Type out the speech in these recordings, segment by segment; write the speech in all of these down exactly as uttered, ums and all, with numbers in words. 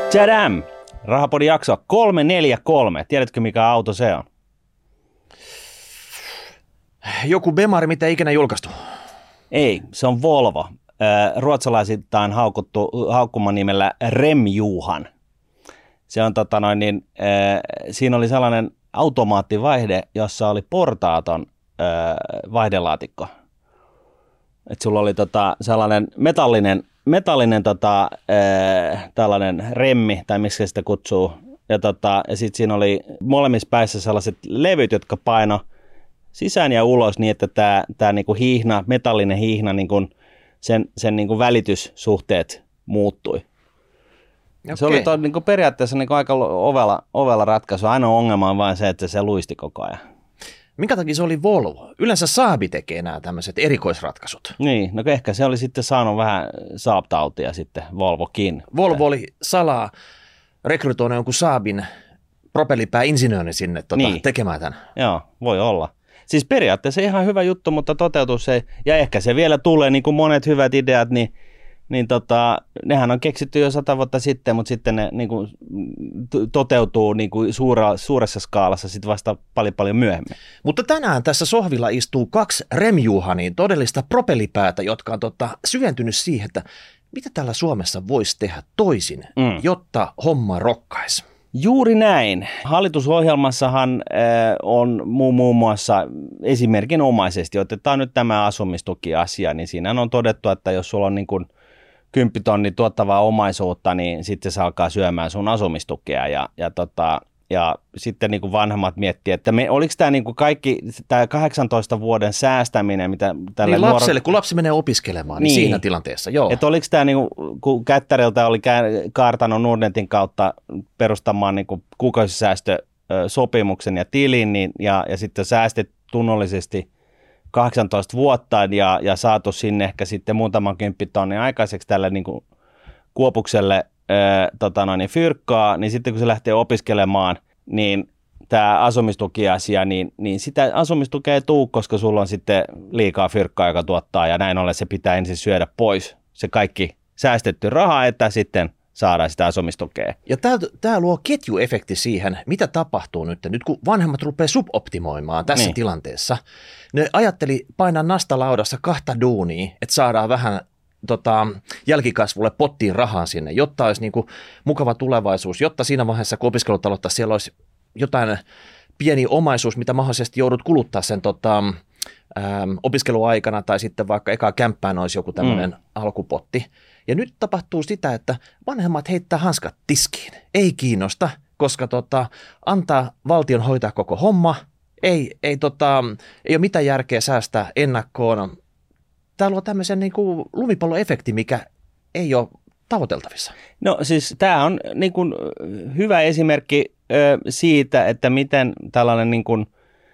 Tadam! Rahapodin jakso kolme neljä kolme. Tiedätkö mikä auto se on? Joku Bemari, mitä ikinä julkaistu. Ei, se on Volvo. Ruotsalaisittain haukuttu, haukkuman nimellä Remjuhan. Se on tota noin, niin, äh, siinä oli sellainen automaattivaihde, jossa oli portaaton äh, vaihdelaatikko. Et sulla oli tota sellainen metallinen, metallinen tota, äh, tällainen remmi, tai miksi sitä kutsuu. Ja, tota, ja sitten siinä oli molemmissa päissä sellaiset levyt, jotka paino sisään ja ulos niin, että tämä tää niinku hiihna, metallinen hiihna, niinku sen, sen niinku välityssuhteet muuttui. Okay. Se oli to, niinku periaatteessa niinku aika ovella, ovella ratkaisu. Ainoa ongelma on vain se, että se luisti koko ajan. Minkä takia se oli Volvo? Yleensä Saabi tekee nämä tämmöiset erikoisratkaisut. Niin, no ehkä se oli sitten saanut vähän Saab-tautia sitten, Volvokin. Volvo oli salaa rekrytoinut jonkun Saabin propellipää-insinööri sinne tota, niin. tekemään tämän. Joo, voi olla. Siis periaatteessa ihan hyvä juttu, mutta toteutus ei, ja ehkä se vielä tulee, niin kuin monet hyvät ideat, niin, niin tota, nehän on keksitty jo sata vuotta sitten, mutta sitten ne niin kuin, toteutuu niin kuin suura, suuressa skaalassa sitten vasta paljon paljon myöhemmin. Mutta tänään tässä sohvilla istuu kaksi Remjuhanin todellista propellipäätä, jotka on tota, syventynyt siihen, että mitä täällä Suomessa voisi tehdä toisin, mm. jotta homma rokkaisi. Juuri näin. Hallitusohjelmassahan äh, on muun, muun muassa esimerkinomaisesti, otetaan nyt tämä asumistukiasia, niin siinä on todettu, että jos sulla on niin kuin kymppitonni tuottavaa omaisuutta, niin sitten se alkaa syömään sun asumistukea ja, ja, tota, ja sitten niin kuin vanhemmat miettii, että me, oliko tämä niin kuin kaikki tämä kahdeksantoista vuoden säästäminen, mitä tällä niin lapselle, nuor... kun lapsi menee opiskelemaan, niin, niin siinä tilanteessa, joo. Että oliko tämä, niin kuin, kun Kättäriltä oli kaartanut Nordnetin kautta perustamaan niin kuin kuukausisäästösopimuksen ja tilin, niin, ja, ja sitten säästet tunnollisesti kahdeksantoista vuotta ja, ja saatu sinne ehkä sitten muutaman kymppitonnin aikaiseksi tälle niin kuin Kuopukselle ää, tota noin, fyrkkaa, niin sitten kun se lähtee opiskelemaan, niin tämä asumistukiasia, niin, niin sitä asumistukea ei tule, koska sulla on sitten liikaa fyrkkaa, joka tuottaa, ja näin ollen se pitää ensin syödä pois se kaikki säästetty raha, että sitten saadaan sitä asumistukea. Ja tämä luo ketjuefekti siihen, mitä tapahtuu nyt, nyt kun vanhemmat rupeaa suboptimoimaan tässä niin. tilanteessa. Ne ajatteli painaa nastalaudassa kahta duunia, että saadaan vähän tota, jälkikasvulle pottiin rahaa sinne, jotta olisi niinku mukava tulevaisuus, jotta siinä vaiheessa, kun opiskelut aloittaa, siellä olisi jotain pieni omaisuus, mitä mahdollisesti joudut kuluttaa sen tota, äm, opiskeluaikana, tai sitten vaikka eka kämppään olisi joku tämmöinen mm. alkupotti. Ja nyt tapahtuu sitä, että vanhemmat heittää hanskat tiskiin. Ei kiinnosta, koska tota, antaa valtion hoitaa koko homma. Ei, ei, tota, ei ole mitään järkeä säästää ennakkoon. Tämä luo tämmöisen niin kuin lumipalloefekti, mikä ei ole tavoiteltavissa. No siis tämä on niin kuin hyvä esimerkki ö, siitä, että miten tällainen niin kuin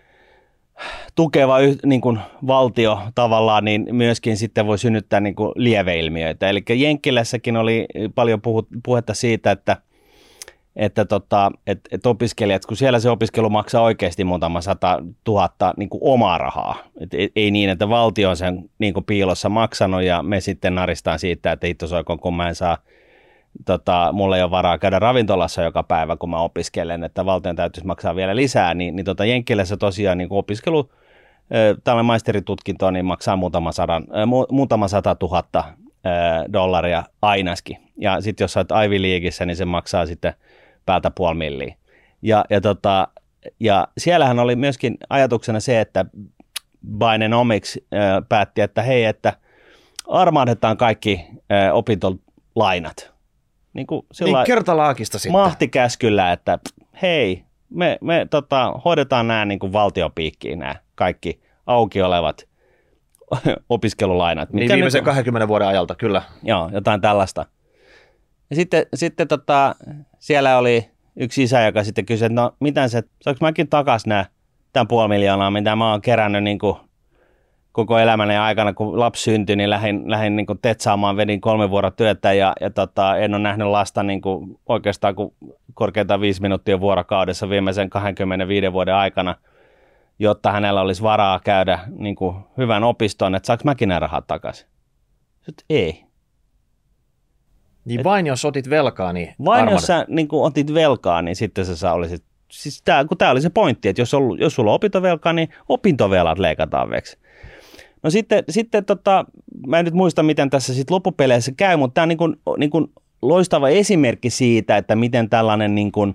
tukeva niin kuin valtio tavallaan niin myöskin sitten voi synnyttää niin kuin lieveilmiöitä. Eli Jenkkilässäkin oli paljon puhu, puhetta siitä, että, että, tota, että, että opiskelijat, kun siellä se opiskelu maksaa oikeasti muutama sata tuhatta niin kuin omaa rahaa. Et ei niin, että valtio on sen niin kuin piilossa maksanut ja me sitten naristaan siitä, että hitto soikoon, kun mä en saa, tota, mulla ei ole varaa käydä ravintolassa joka päivä, kun mä opiskelen, että valtion täytyisi maksaa vielä lisää, niin, niin tota Jenkkilässä tosiaan niin kuin opiskelu, tällainen maisteritutkinto, niin maksaa muutama, sadan, mu, muutama sata tuhatta dollaria ainakin. Ja sitten jos sä oot Ivy Leagueissä, niin se maksaa sitten päältä puoli milliä. Ja, ja, tota, ja siellähän oli myöskin ajatuksena se, että Bidenomics äh, päätti, että hei, että armahdetaan kaikki äh, opintolainat. Niin, kuin niin kertalaakista sitten. Mahtikäskyllä, että hei, me, me tota, hoidetaan nämä niin kuin valtiopiikkiin nämä kaikki auki olevat opiskelulainat. Niin viimeisen nyt kahdenkymmenen vuoden ajalta, kyllä. Joo, jotain tällaista. Ja sitten, sitten tota, siellä oli yksi isä, joka sitten kysyi, että no mitään se, saanko mäkin takaisin nämä, tämän puoli miljoonaa, mitä mä oon kerännyt niin kuin koko elämäni aikana, kun lapsi syntyi, niin lähdin, lähdin niin kuin tetsaamaan, vedin kolme vuorotyötä ja, ja tota, en ole nähnyt lasta niin kuin oikeastaan kuin korkeintaan viisi minuuttia vuorokaudessa viimeisen kaksikymmentäviisi vuoden aikana, jotta hänellä olisi varaa käydä niin kuin hyvän opiston, että saanko mäkin nämä rahat takaisin? Sitten ei. Niin et, vain jos otit velkaa, niin vain armada. jos sä niin kun otit velkaa, niin sitten sä, sä olisit, siis tää, kun tämä oli se pointti, että jos, on, jos sulla on opintovelkaa, niin opintovelat leikataan veksi. No sitten, sitten tota, mä en nyt muista, miten tässä sitten loppupeleissä käy, mutta tämä on niin kun, niin kun loistava esimerkki siitä, että miten tällainen niin kun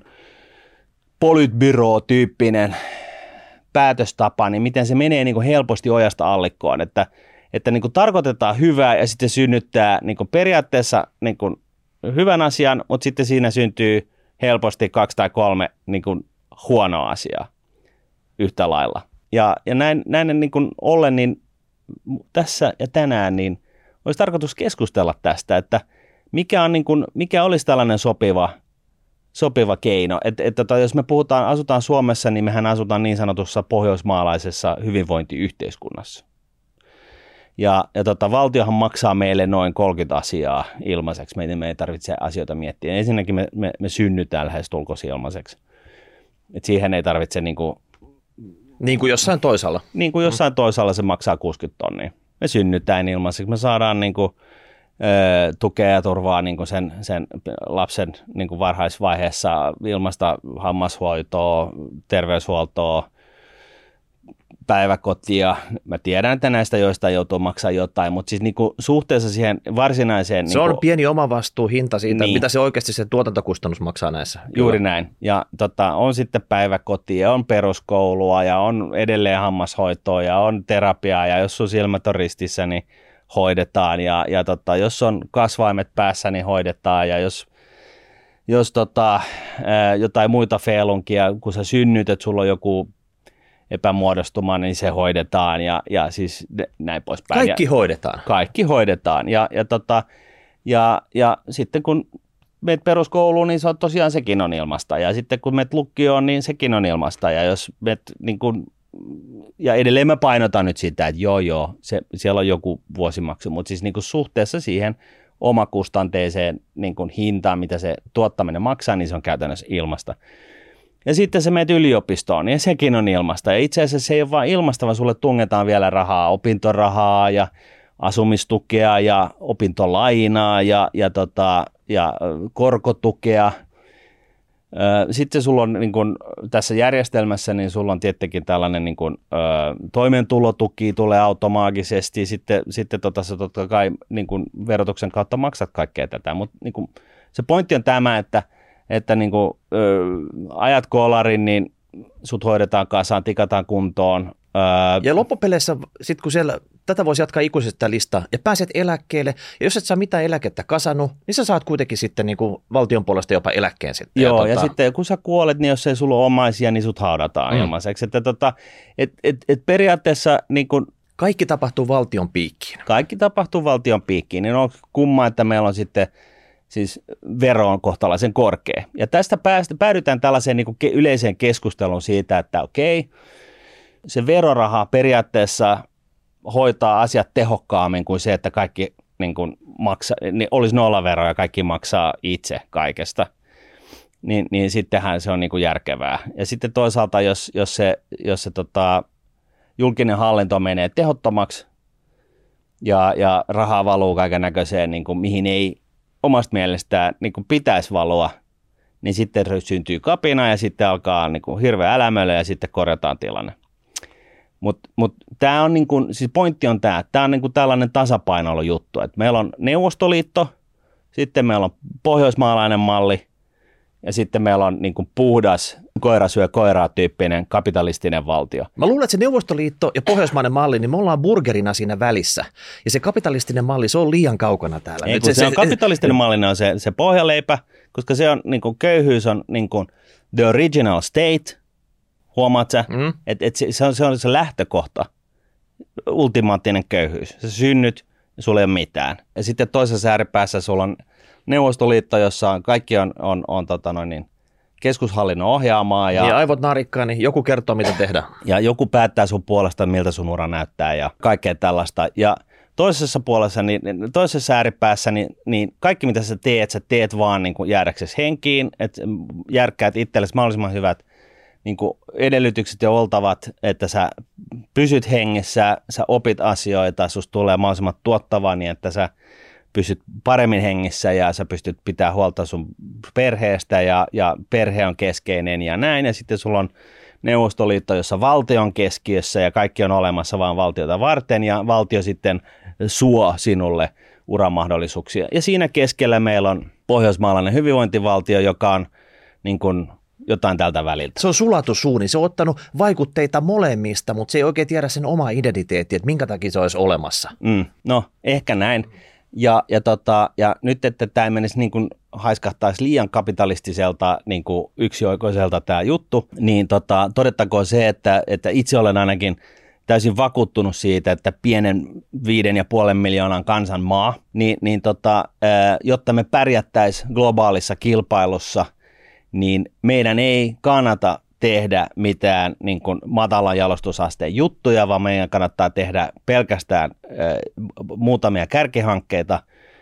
politbyro-tyyppinen päätöstapa, niin miten se menee niin kun helposti ojasta allikkoon, että että niin kuin tarkoitetaan hyvää ja sitten synnyttää niin kuin periaatteessa niin kuin hyvän asian, mutta sitten siinä syntyy helposti kaksi tai kolme niin kuin huonoa asiaa yhtä lailla. Ja, ja näin, näin niin kuin ollen niin tässä ja tänään niin olisi tarkoitus keskustella tästä, että mikä, on niin kuin, mikä olisi tällainen sopiva, sopiva keino. Että, että jos me puhutaan, asutaan Suomessa, niin mehän asutaan niin sanotussa pohjoismaalaisessa hyvinvointiyhteiskunnassa. Ja, ja tota, valtiohan maksaa meille noin kolmekymmentä asiaa ilmaiseksi. Meidän me ei tarvitse asioita miettiä. Ensinnäkin me, me, me synnytään lähes tulkosi ilmaiseksi. Et siihen ei tarvitse niin kuin, niin kuin jossain toisaalla. Niin kuin jossain toisaalla se maksaa kuusikymmentä tonnia. Me synnytään ilmaiseksi. Me saadaan niin kuin, ö, tukea ja turvaa niin kuin sen, sen lapsen niin kuin varhaisvaiheessa ilmaista hammashoitoa, terveyshuoltoa, päiväkotia. Mä tiedän, että näistä joista joutuu maksaa jotain, mutta siis niinku suhteessa siihen varsinaiseen... Se niinku, on pieni omavastuuhinta siitä, niin. mitä se oikeasti se tuotantokustannus maksaa näissä. Juuri Kyllä. näin. Ja tota, on sitten päiväkotia, on peruskoulua ja on edelleen hammashoitoa ja on terapiaa ja jos sun silmät on ristissä, niin hoidetaan. Ja, ja tota, jos on kasvaimet päässä, niin hoidetaan ja jos... Jos tota, ää, jotain muita feilunkia, kun sä synnyt, että sulla on joku epämuodostuma, niin se hoidetaan ja, ja siis näin poispäin. Kaikki ja, hoidetaan. Kaikki hoidetaan. Ja, ja, tota, ja, ja sitten kun meet peruskouluun, niin se on tosiaan sekin on ilmasta. Ja sitten kun meet lukioon, niin sekin on ilmasta. Ja, jos meet, niin kun, ja edelleen mä painotan nyt sitä, että joo joo, se, siellä on joku vuosimaksu, mutta siis niin kun suhteessa siihen omakustanteeseen niin kun hintaan, mitä se tuottaminen maksaa, niin se on käytännössä ilmasta. Ja sitten sä menet yliopistoon, ja sekin on ilmasta. Ja itse asiassa se ei ole vain ilmasta, vaan sulle tungetaan vielä rahaa, opintorahaa ja asumistukea ja opintolainaa ja, ja, tota, ja korkotukea. Sitten sulla on niin kun, tässä järjestelmässä, niin sulla on tietenkin tällainen niin kun, ö, toimeentulotuki tulee automaattisesti. Sitten, sitten tota, sä totta kai niin kun verotuksen kautta maksat kaikkea tätä. Mutta niin kun, se pointti on tämä, että että niin kuin, ö, ajat kolarin, niin sut hoidetaan kasaan, tikataan kuntoon. Ö, ja loppupeleissä, sit kun siellä, tätä voisi jatkaa ikuisesti tätä listaa, ja pääset eläkkeelle, ja jos et saa mitään eläkettä kasannut, niin sä saat kuitenkin sitten niin kuin valtion puolesta jopa eläkkeen sitten. Joo, ja, ja tota... sitten kun sä kuolet, niin jos ei sulla ole omaisia, niin sut haudataan mm. ilmaiseksi. Että tota, et, et, et periaatteessa niin kun, kaikki tapahtuu valtion piikkiin. Kaikki tapahtuu valtion piikkiin, niin on kumma, että meillä on sitten siis vero on kohtalaisen korkea. Ja tästä päästä, päädytään tällaiseen niin kuin yleiseen keskusteluun siitä, että okei, se veroraha periaatteessa hoitaa asiat tehokkaammin kuin se, että kaikki niin kuin maksa, niin olisi nollaveroja ja kaikki maksaa itse kaikesta. Niin, niin sittenhän se on niin kuin järkevää. Ja sitten toisaalta, jos, jos se, jos se tota, julkinen hallinto menee tehottomaksi ja, ja rahaa valuu kaiken näköiseen, niin kuin, mihin ei omasta mielestään niin kuin pitäisi valua, niin sitten syntyy kapina ja sitten alkaa niin kuin hirveä älämölö ja sitten korjataan tilanne. Mutta mut, tämä on niin kuin, siis pointti on tämä, että tämä on niin kuin tällainen tasapainoilujuttu, että meillä on Neuvostoliitto, sitten meillä on pohjoismaalainen malli ja sitten meillä on niin kuin puhdas koira syö koiraa -tyyppinen kapitalistinen valtio. Mä luulen, että se Neuvostoliitto ja pohjoismainen malli, niin me ollaan burgerina siinä välissä. Ja se kapitalistinen malli, se on liian kaukana täällä. Ei, se, se, se on kapitalistinen malli, on se, se pohjaleipä, koska se on, niin kuin, köyhyys on niin kuin the original state, huomaat sä? Mm. Että et se, se, on, se on se lähtökohta, ultimaattinen köyhyys. Sä synnyt ja sulla ei ole mitään. Ja sitten toisessa ääripäässä sulla on Neuvostoliitto, jossa on, kaikki on, on, on tota noin niin, keskushallinnon ohjaamaa. Ja, ja aivot narikkaa, niin joku kertoo, mitä tehdään. Ja joku päättää sun puolesta, miltä sun ura näyttää ja kaikkea tällaista. Ja toisessa puolessa, niin, toisessa ääripäässä, niin, niin kaikki mitä sä teet, sä teet vaan niin kuin jäädäksesi henkiin, että järkkäät itsellesi mahdollisimman hyvät niin kuin edellytykset ja oltavat, että sä pysyt hengessä, sä opit asioita, susta tulee mahdollisimman tuottavaa niin, että sä pysyt paremmin hengissä ja sä pystyt pitää huolta sun perheestä ja, ja perhe on keskeinen ja näin. Ja sitten sulla on Neuvostoliitto, jossa valtio on keskiössä ja kaikki on olemassa vaan valtiota varten ja valtio sitten suo sinulle uramahdollisuuksia. Ja siinä keskellä meillä on pohjoismaalainen hyvinvointivaltio, joka on niin kuin jotain tältä väliltä. Se on sulatusuuni. Se on ottanut vaikutteita molemmista, mutta se ei oikein tiedä sen omaa identiteettiä, että minkä takia se olisi olemassa. Mm, no, ehkä näin. Ja, ja, tota, ja nyt, että tämä ei menisi niin kuin haiskahtaisi liian kapitalistiselta, niin kuin yksioikoiselta tämä juttu, niin tota, todettakoon se, että, että itse olen ainakin täysin vakuuttunut siitä, että pienen viiden ja puolen miljoonan kansan maa, niin, niin tota, jotta me pärjättäisiin globaalissa kilpailussa, niin meidän ei kannata tehdä mitään niin kuin matalan jalostusasteen juttuja, vaan meidän kannattaa tehdä pelkästään äh, muutamia kärkihankkeita,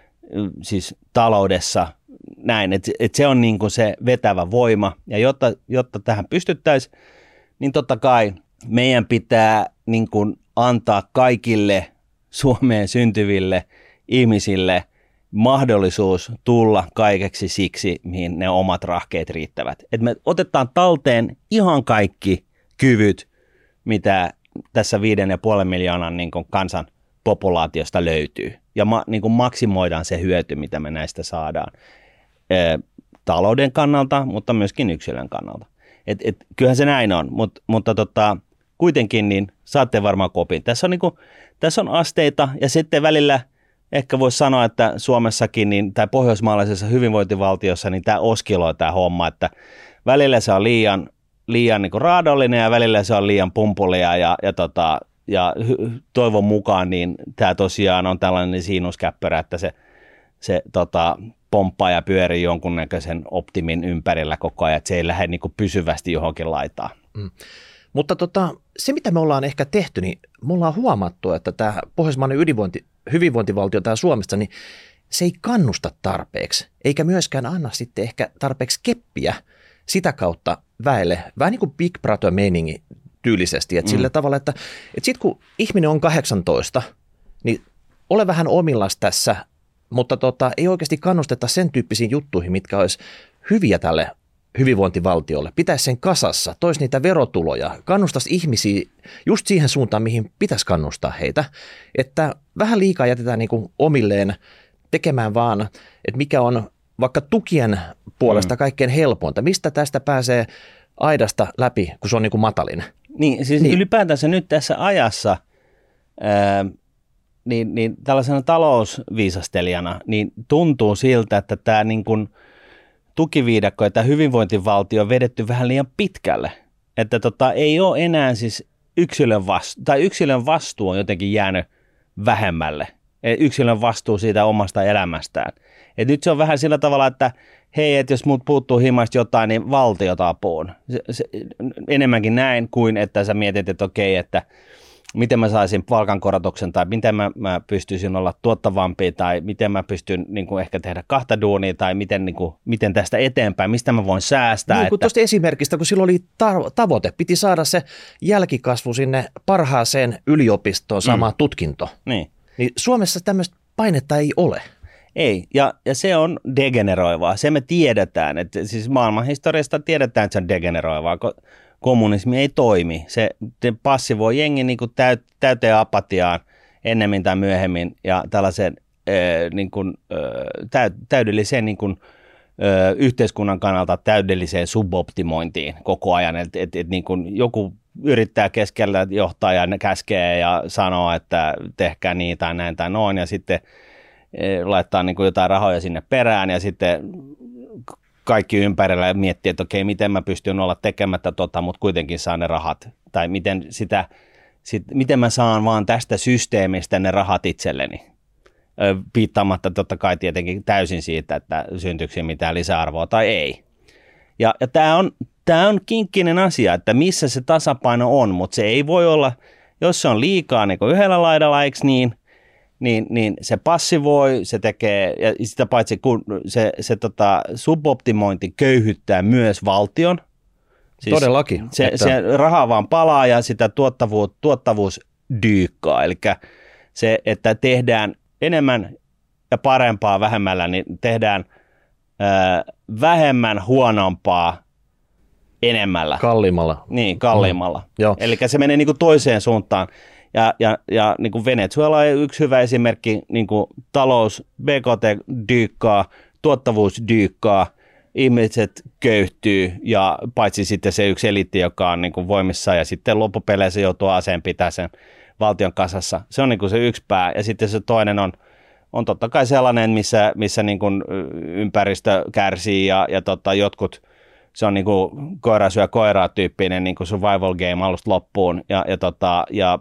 siis taloudessa näin, että et se on niin kuin se vetävä voima. Ja jotta, jotta tähän pystyttäisiin, niin totta kai meidän pitää niin kuin antaa kaikille Suomeen syntyville ihmisille mahdollisuus tulla kaikeksi siksi, mihin ne omat rahkeet riittävät. Et me otetaan talteen ihan kaikki kyvyt, mitä tässä viiden ja puolen miljoonan niin kuin kansan populaatiosta löytyy. Ja ma, niin kuin maksimoidaan se hyöty, mitä me näistä saadaan e, talouden kannalta, mutta myöskin yksilön kannalta. Et, et, kyllähän se näin on, Mut, mutta tota, kuitenkin niin saatte varmaan kopin. Tässä on, niin kuin, tässä on asteita ja sitten välillä ehkä voisi sanoa, että Suomessakin niin, tai pohjoismaalaisessa hyvinvointivaltiossa niin tämä oskiloi tämä homma, että välillä se on liian, liian niin kuin raadollinen ja välillä se on liian pumpulia ja, ja, tota, ja toivon mukaan niin tämä tosiaan on tällainen siinuskäppyrä, että se, se tota, pomppaa ja pyörii jonkunnäköisen optimin ympärillä koko ajan, että se ei lähde niin kuin pysyvästi johonkin laitaan. Mm. Mutta tota, se, mitä me ollaan ehkä tehty, niin me ollaan huomattu, että tämä pohjoismainen hyvinvointi, hyvinvointivaltio täällä Suomessa, niin se ei kannusta tarpeeksi, eikä myöskään anna sitten ehkä tarpeeksi keppiä sitä kautta väelle. Vähän niin kuin Big Brother-meiningi tyylisesti, että mm. sillä tavalla, että, että sitten kun ihminen on kahdeksantoista, niin ole vähän omillas tässä, mutta tota, ei oikeasti kannusteta sen tyyppisiin juttuihin, mitkä olisi hyviä tälle hyvinvointivaltiolle, pitäisi sen kasassa, toisi niitä verotuloja, kannustaisi ihmisiä just siihen suuntaan, mihin pitäisi kannustaa heitä, että vähän liikaa jätetään niin kuin omilleen tekemään vaan, että mikä on vaikka tukien puolesta kaikkein helpointa, mistä tästä pääsee aidasta läpi, kun se on niin kuin matalin. Niin, siis niin. Ylipäätänsä nyt tässä ajassa, ää, niin, niin tällaisena talousviisastelijana, niin tuntuu siltä, että tämä niin kuin tukiviidakko ja tämä hyvinvointivaltio on vedetty vähän liian pitkälle. Että tota, ei ole enää siis yksilön vastuu, tai yksilön vastuu on jotenkin jäänyt vähemmälle. Yksilön vastuu siitä omasta elämästään. Et nyt se on vähän sillä tavalla, että hei, että jos mut puuttuu himasta jotain, niin valtiota apuun. Se, se, enemmänkin näin kuin, että sä mietit, että okei, että miten mä saisin palkankorotuksen tai miten mä, mä pystyisin olla tuottavampi tai miten mä pystyn niin kuin ehkä tehdä kahta duunia tai miten, niin kuin, miten tästä eteenpäin, mistä mä voin säästää. Niin kuin tuosta esimerkistä, kun silloin oli tar- tavoite, piti saada se jälkikasvu sinne parhaaseen yliopistoon saamaan mm. tutkinto. Niin. Niin Suomessa tämmöistä painetta ei ole. Ei, ja, ja se on degeneroivaa. Se me tiedetään, että siis maailmanhistoriasta tiedetään, että se on degeneroivaa, kun kommunismi ei toimi. Se, se passivoi jengi niin kuin täyt, täyteen apatiaan ennemmin tai myöhemmin ja tällaisen äh, niin kuin, äh, täydelliseen niin kuin, äh, yhteiskunnan kannalta täydelliseen suboptimointiin koko ajan. Et, et, et, niin kuin joku yrittää keskellä johtaa ja käskee ja sanoo, että tehkää niin tai näin tai noin ja sitten äh, laittaa niin kuin jotain rahoja sinne perään ja sitten kaikki ympärillä miettii, että okei, miten mä pystyn olla tekemättä tota, mutta kuitenkin saan ne rahat. Tai miten, sitä, sit, miten mä saan vaan tästä systeemistä ne rahat itselleni. Ö, piittaamatta totta kai tietenkin täysin siitä, että syntyykö siinä mitään lisäarvoa tai ei. Ja, ja tämä on, tää on kinkkinen asia, että missä se tasapaino on, mutta se ei voi olla, jos se on liikaa niin kuin yhdellä laidalla, eikö niin? Niin, niin se passivoi, se tekee, ja sitä paitsi kun se, se tota, suboptimointi köyhyttää myös valtion. Siis todellakin. Se, että... se raha vaan palaa ja sitä tuottavuus, tuottavuus dyykkaa. Eli se, että tehdään enemmän ja parempaa vähemmällä, niin tehdään ö, vähemmän huonompaa enemmällä. Kalliimmalla. Niin, kalliimmalla. Mm. Eli se menee niin kuin toiseen suuntaan. Ja, ja, ja niin kuin Venezuela on yksi hyvä esimerkki, niin kuin talous, B K T dyykkaa, tuottavuus dyykkaa, ihmiset köyhtyy ja paitsi sitten se yksi eliitti, joka on niin kuin voimissa ja sitten loppupeleissä joutuu aseen pitää sen valtion kasassa. Se on niin kuin se yksi pää ja sitten se toinen on, on totta kai sellainen, missä, missä niin kuin ympäristö kärsii ja, ja tota, jotkut, se on niin kuin koira syö koiraa tyyppinen niin kuin survival game alusta loppuun ja, ja, tota, ja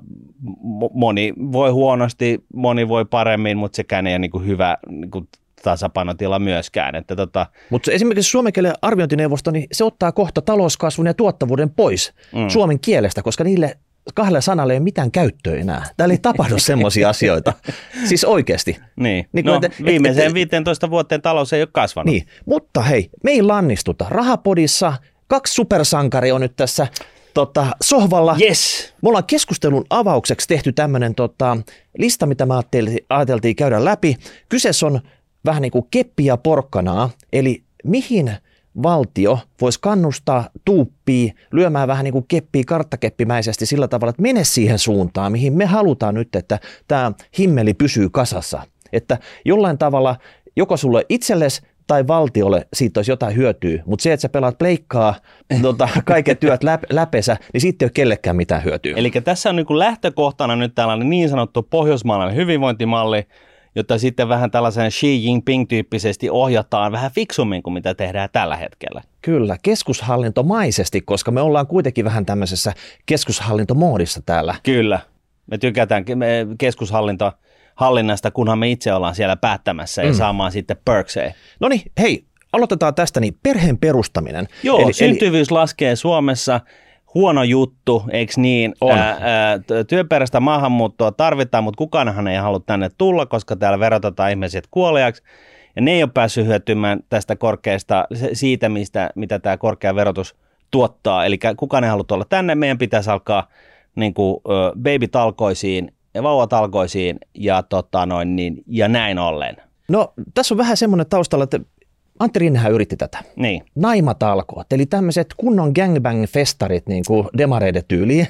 moni voi huonosti, moni voi paremmin, mutta sekään ei ole niin kuin hyvä niin kuin tasapainotila myöskään. Että tota... Mutta esimerkiksi suomen kielen arviointineuvosto, niin se ottaa kohta talouskasvun ja tuottavuuden pois mm. suomen kielestä, koska niille kahdelle sanalle ei ole mitään käyttöä enää. Täällä ei tapahdu semmoisia asioita. Siis oikeasti. Niin. niin no, et, viimeiseen et, viisitoista vuoteen talous ei ole kasvanut. Niin, mutta hei, me ei lannistuta. Rahapodissa kaksi supersankari on nyt tässä tota, sohvalla. Yes. Me ollaan keskustelun avaukseksi tehty tämmöinen tota, lista, mitä me ajateltiin, ajateltiin käydä läpi. Kyseessä on vähän niin kuin keppi ja porkkanaa, eli mihin valtio voisi kannustaa tuuppia lyömään vähän niin kuin keppiä karttakeppimäisesti sillä tavalla, että mene siihen suuntaan, mihin me halutaan nyt, että tämä himmeli pysyy kasassa. Että jollain tavalla joko sulle itsellesi tai valtiolle siitä olisi jotain hyötyä, mutta se, että sä pelaat pleikkaa, tota, kaiken työt läp, läpesä, niin siitä ei ole kellekään mitään hyötyä. Eli tässä on niin kuin lähtökohtana nyt tällainen niin sanottu pohjoismaalainen hyvinvointimalli, jotta sitten vähän tällaisen Xi Jinping-tyyppisesti ohjataan vähän fiksummin kuin mitä tehdään tällä hetkellä. Kyllä, keskushallintomaisesti, koska me ollaan kuitenkin vähän tämmöisessä keskushallintomoodissa täällä. Kyllä, me tykätään keskushallinto hallinnasta, kunhan me itse ollaan siellä päättämässä ja mm. saamaan sitten perkseja. No niin, hei, aloitetaan tästä, niin perheen perustaminen. Joo, eli, syntyvyys eli... laskee Suomessa. Huono juttu, eikö niin? Ää, ää, työperäistä maahanmuuttoa tarvitaan, mutta kukaanhan ei halua tänne tulla, koska täällä verotetaan ihmiset kuoliaksi. Ja ne ei ole päässyt hyötymään tästä korkeasta, siitä, mistä, mitä tämä korkea verotus tuottaa. Eli kukaan ei halua tulla tänne, meidän pitäisi alkaa niin kuin, baby-talkoisiin ja vauvatalkoisiin ja, tota noin, niin, ja näin ollen. No tässä on vähän semmoinen taustalla, että Antti Rinnehän yritti tätä. Niin. Naimatalkoot, eli tämmöiset kunnon gangbang-festarit niin kuin demareiden tyyliin.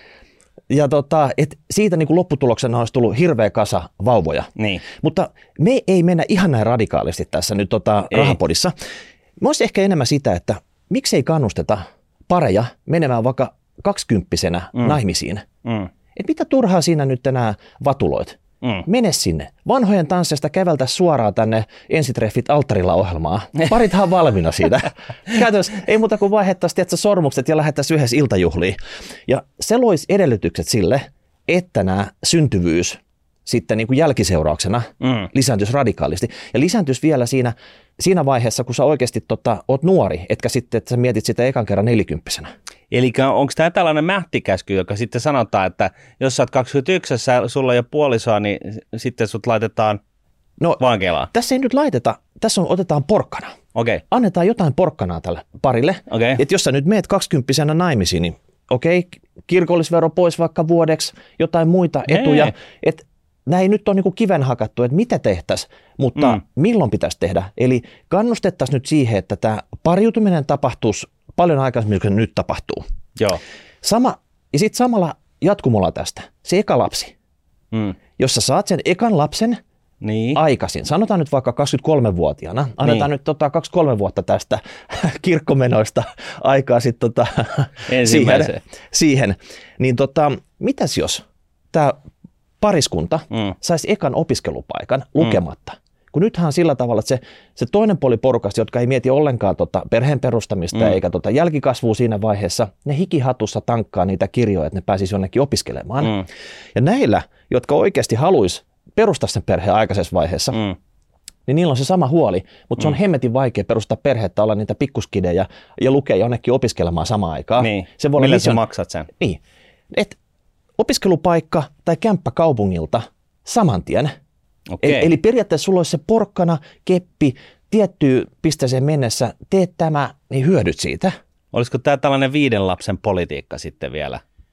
Ja tota, et siitä niin kuin lopputuloksena olisi tullut hirveä kasa vauvoja. Niin. Mutta me ei mennä ihan näin radikaalisti tässä nyt tota rahapodissa. Mä olisin ehkä enemmän sitä, että miksei kannusteta pareja menemään vaikka kaksikymppisenä mm. naimisiin. Mm. Et mitä turhaa siinä nyt enää vatuloit? Mm. Mene sinne. Vanhojen tanssista käveltä suoraan tänne ensitreffit alttarilla ohjelmaa. Parithan valmiina siitä. Käytännössä ei muuta kuin vaihettaisiin tietysti sormukset ja lähettäisiin yhdessä iltajuhliin. Ja se loisi edellytykset sille, että nämä syntyvyys sitten niin kuin jälkiseurauksena mm. lisääntyisi radikaalisti. Ja lisääntyisi vielä siinä, siinä vaiheessa, kun sä oikeasti tota, oot nuori, etkä sitten, että sä mietit sitä ekan kerran nelikymppisenä. Eli onko tämä tällainen mähtikäsky, joka sitten sanotaan, että jos sä oot kaksikymmentäyksi, sulla ei ole puolisoa, niin sitten sut laitetaan no, vankilaan? Tässä ei nyt laiteta, tässä on, otetaan porkkana. Okay. Annetaan jotain porkkanaa tälle parille. Okay. Että jos sä nyt meet kaksikymppisenä naimisiin, niin okei, okay, kirkollisvero pois vaikka vuodeksi, jotain muita etuja. Että nämä ei nyt ole niin kiven hakattu, että mitä tehtäisiin, mutta mm. milloin pitäisi tehdä. Eli kannustettaisiin nyt siihen, että tämä pariutuminen tapahtuisi paljon aikaisemmin kuin nyt tapahtuu. Joo. Sama, ja sitten samalla jatkumolla tästä, se eka lapsi. Mm. Jos sä saat sen ekan lapsen niin. aikaisin, sanotaan nyt vaikka kaksikymmentäkolmevuotiaana, annetaan niin. nyt tota kaksikymmentäkolme vuotta tästä kirkkomenoista aikaa sitten tota, siihen, siihen, niin tota, mitäs jos tämä pariskunta mm. saisi ekan opiskelupaikan lukematta? Mm. Kun nythän on sillä tavalla, että se, se toinen puoli porukasta, jotka ei mieti ollenkaan tota perheen perustamista mm. eikä tota jälkikasvua siinä vaiheessa, ne hikihatussa tankkaa niitä kirjoja, että ne pääsisi jonnekin opiskelemaan. Mm. Ja näillä, jotka oikeasti haluaisi perustaa sen perheen aikaisessa vaiheessa, mm. niin niillä on se sama huoli, mutta mm. se on hemmetin vaikea perustaa perhettä, olla niitä pikkuskidejä ja lukea jonnekin opiskelemaan samaan aikaan. Niin. Se voi millä sä maksat sen? Niin. Et opiskelupaikka tai kämppä kaupungilta saman tien. Okay. Eli periaatteessa sulla olisi se porkkana, keppi, tiettyyn pisteeseen mennessä, teet tämä, niin hyödyt siitä. Olisiko tämä tällainen viiden lapsen politiikka sitten vielä?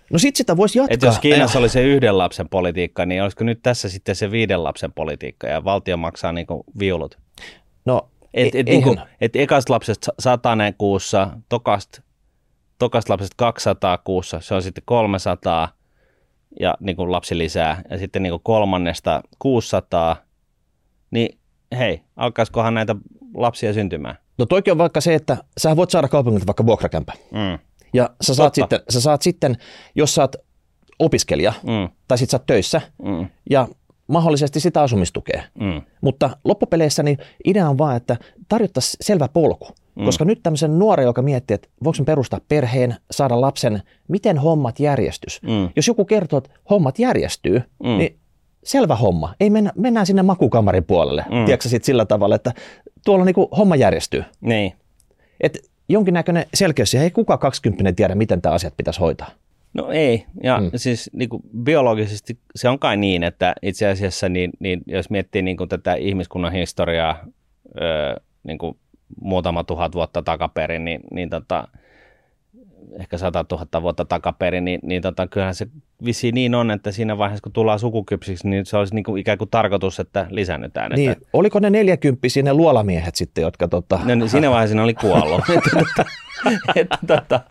No sit sitä voisi jatkaa. Et jos Kiinassa oli se yhden lapsen politiikka, niin olisiko nyt tässä sitten se viiden lapsen politiikka ja valtio maksaa niinku viulut? No, et, et, niinku, et ekasta lapsesta satanen kuussa, tokasta, tokasta lapsesta kaksisataa kuussa, se on sitten kolmesataa ja niinku lapsi lisää. Ja sitten niinku kolmannesta kuusisataa, niin hei, alkaisikohan näitä lapsia syntymään? No toikin on vaikka se, että sä voit saada kaupungilta vaikka vuokrakämpä. Mm. Ja sä saat, sitten, sä saat sitten, jos sä oot opiskelija mm. tai sit sä oot töissä mm. ja mahdollisesti sitä asumistukea. Mm. Mutta loppupeleissä niin idea on vaan, että tarjottaisiin selvä polku. Mm. Koska nyt tämmöisen nuoren, joka miettii, että voiko perustaa perheen, saada lapsen, miten hommat järjestys. Mm. Jos joku kertoo, että hommat järjestyy, mm. niin selvä homma. Ei mennä, mennään sinne makukamarin puolelle. Mm. Tiedätkö sit sillä tavalla, että tuolla niinku homma järjestyy. Niin. Et jonkinnäköinen selkeys, ei kukaan kaksikymppinen tiedä, miten tämä asiat pitäisi hoitaa. No ei, ja mm. siis niin kuin biologisesti se on kai niin, että itse asiassa niin, niin jos miettii niin kuin tätä ihmiskunnan historiaa öö, niin kuin muutama tuhat vuotta takaperin, niin, niin tota, ehkä sata tuhatta vuotta takaperin, niin, niin tota, kyllähän se vissiin niin on, että siinä vaiheessa kun tullaan sukukypsiksi, niin se olisi niin kuin ikään kuin tarkoitus, että lisännytään. Niin, että... oliko ne neljäkymppisiä ne luolamiehet sitten, jotka... Tota... No, niin siinä vaiheessa ne oli kuollut. että, tota,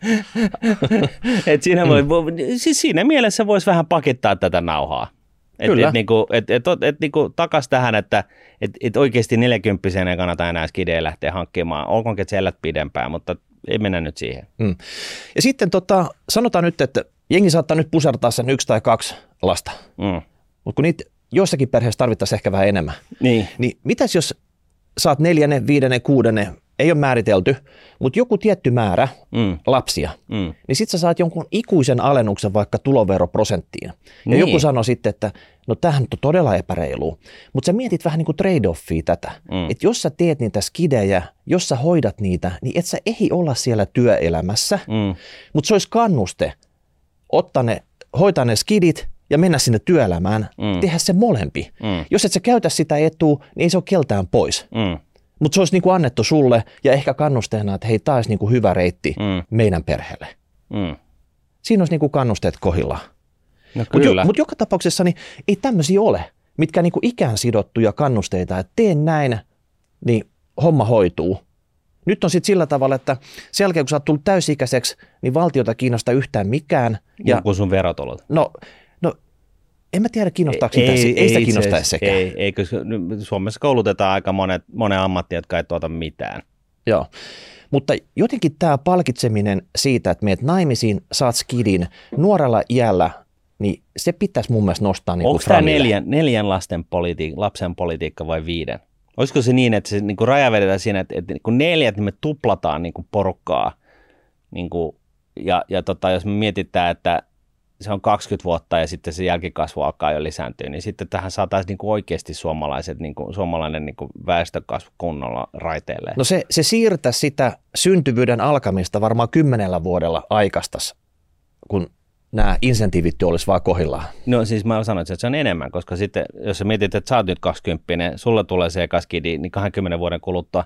et siinä, voi, siis siinä mielessä voisi vähän pakittaa tätä nauhaa. Että et, niinku, et, et, et, et, niinku, takas tähän, että et, et oikeasti neljäkymppisenä ei kannata enää skidejä lähteä hankkimaan. Olkoonkin, että sä elät pidempään, mutta ei mennä nyt siihen. Mm. Ja sitten tota, sanotaan nyt, että jengi saattaa nyt pusertaa sen yksi tai kaksi lasta. Mm. Mutta kun niitä joissakin perheissä tarvittaisiin ehkä vähän enemmän. Niin. Niin mitäs jos saat neljännen, viidennen, kuudennen, ei ole määritelty, mutta joku tietty määrä mm. lapsia, mm. niin sit sä saat jonkun ikuisen alennuksen vaikka tuloveroprosenttiin. Niin. Ja joku sanoo sitten, että no tämähän on todella epäreilua, mutta sä mietit vähän niin kuin trade-offia tätä, mm. että jos sä teet niitä skidejä, jos sä hoidat niitä, niin et sä ehdi olla siellä työelämässä, mm. mutta se olisi kannuste ottaa ne, hoitaa ne skidit ja mennä sinne työelämään, mm. tehdä se molempi. Mm. Jos et sä käytä sitä etua, niin ei se ole keltään pois. Mm. Mutta se olisi niinku annettu sulle ja ehkä kannusteena, että hei, tämä olisi niinku hyvä reitti mm. meidän perheelle. Mm. Siinä olisi niinku kannusteet kohdillaan. No Mutta jo, mut joka tapauksessa niin ei tämmöisiä ole, mitkä niinku ikään sidottuja kannusteita, että teen näin, niin homma hoituu. Nyt on sitten sillä tavalla, että sen jälkeen kun sä oot tullut täysikäiseksi, niin valtiota kiinnostaa yhtään mikään. Ja kun sun verotulot. No, no en mä tiedä, kiinnostaako sitä. Ei, ei, ei sitä kiinnostaa sekään. Ei, ei, koska Suomessa koulutetaan aika monet, monen ammattia, jotka ei tuota mitään. Joo, mutta jotenkin tämä palkitseminen siitä, että meet naimisiin, saat skidin nuorella iällä, niin se pitäisi mun mielestä nostaa niin kuin onko tämä neljän, neljän lasten politi- lapsen politiikka vai viiden? Olisiko se niin, että se niin kuin raja vedetään siinä, että, että niin kuin neljät, niin me tuplataan niin kuin porukkaa. Niin kuin, ja ja tota, jos me mietitään, että se on kaksikymmentä vuotta ja sitten se jälkikasvu alkaa jo lisääntyä, niin sitten tähän saataisiin niin kuin oikeasti suomalaiset, niin kuin, suomalainen niin kuin väestönkasvu kunnolla raiteille. No se, se siirtää sitä syntyvyyden alkamista varmaan kymmenellä vuodella aikastas, kun nämä insentiivit olisi vaan kohdillaan. No siis mä sanoin, että se on enemmän, koska sitten jos sä mietit, että sä oot nyt kaksikymmentä, sulle tulee se kaskidi, niin kahdenkymmenen vuoden kuluttua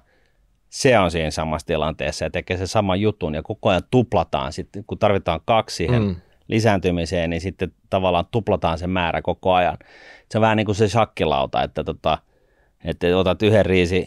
se on siinä samassa tilanteessa ja tekee se saman jutun ja koko ajan tuplataan sitten, kun tarvitaan kaksi siihen mm. lisääntymiseen, niin sitten tavallaan tuplataan se määrä koko ajan. Se on vähän niin kuin se shakkilauta, että, tota, että otat yhden riisi,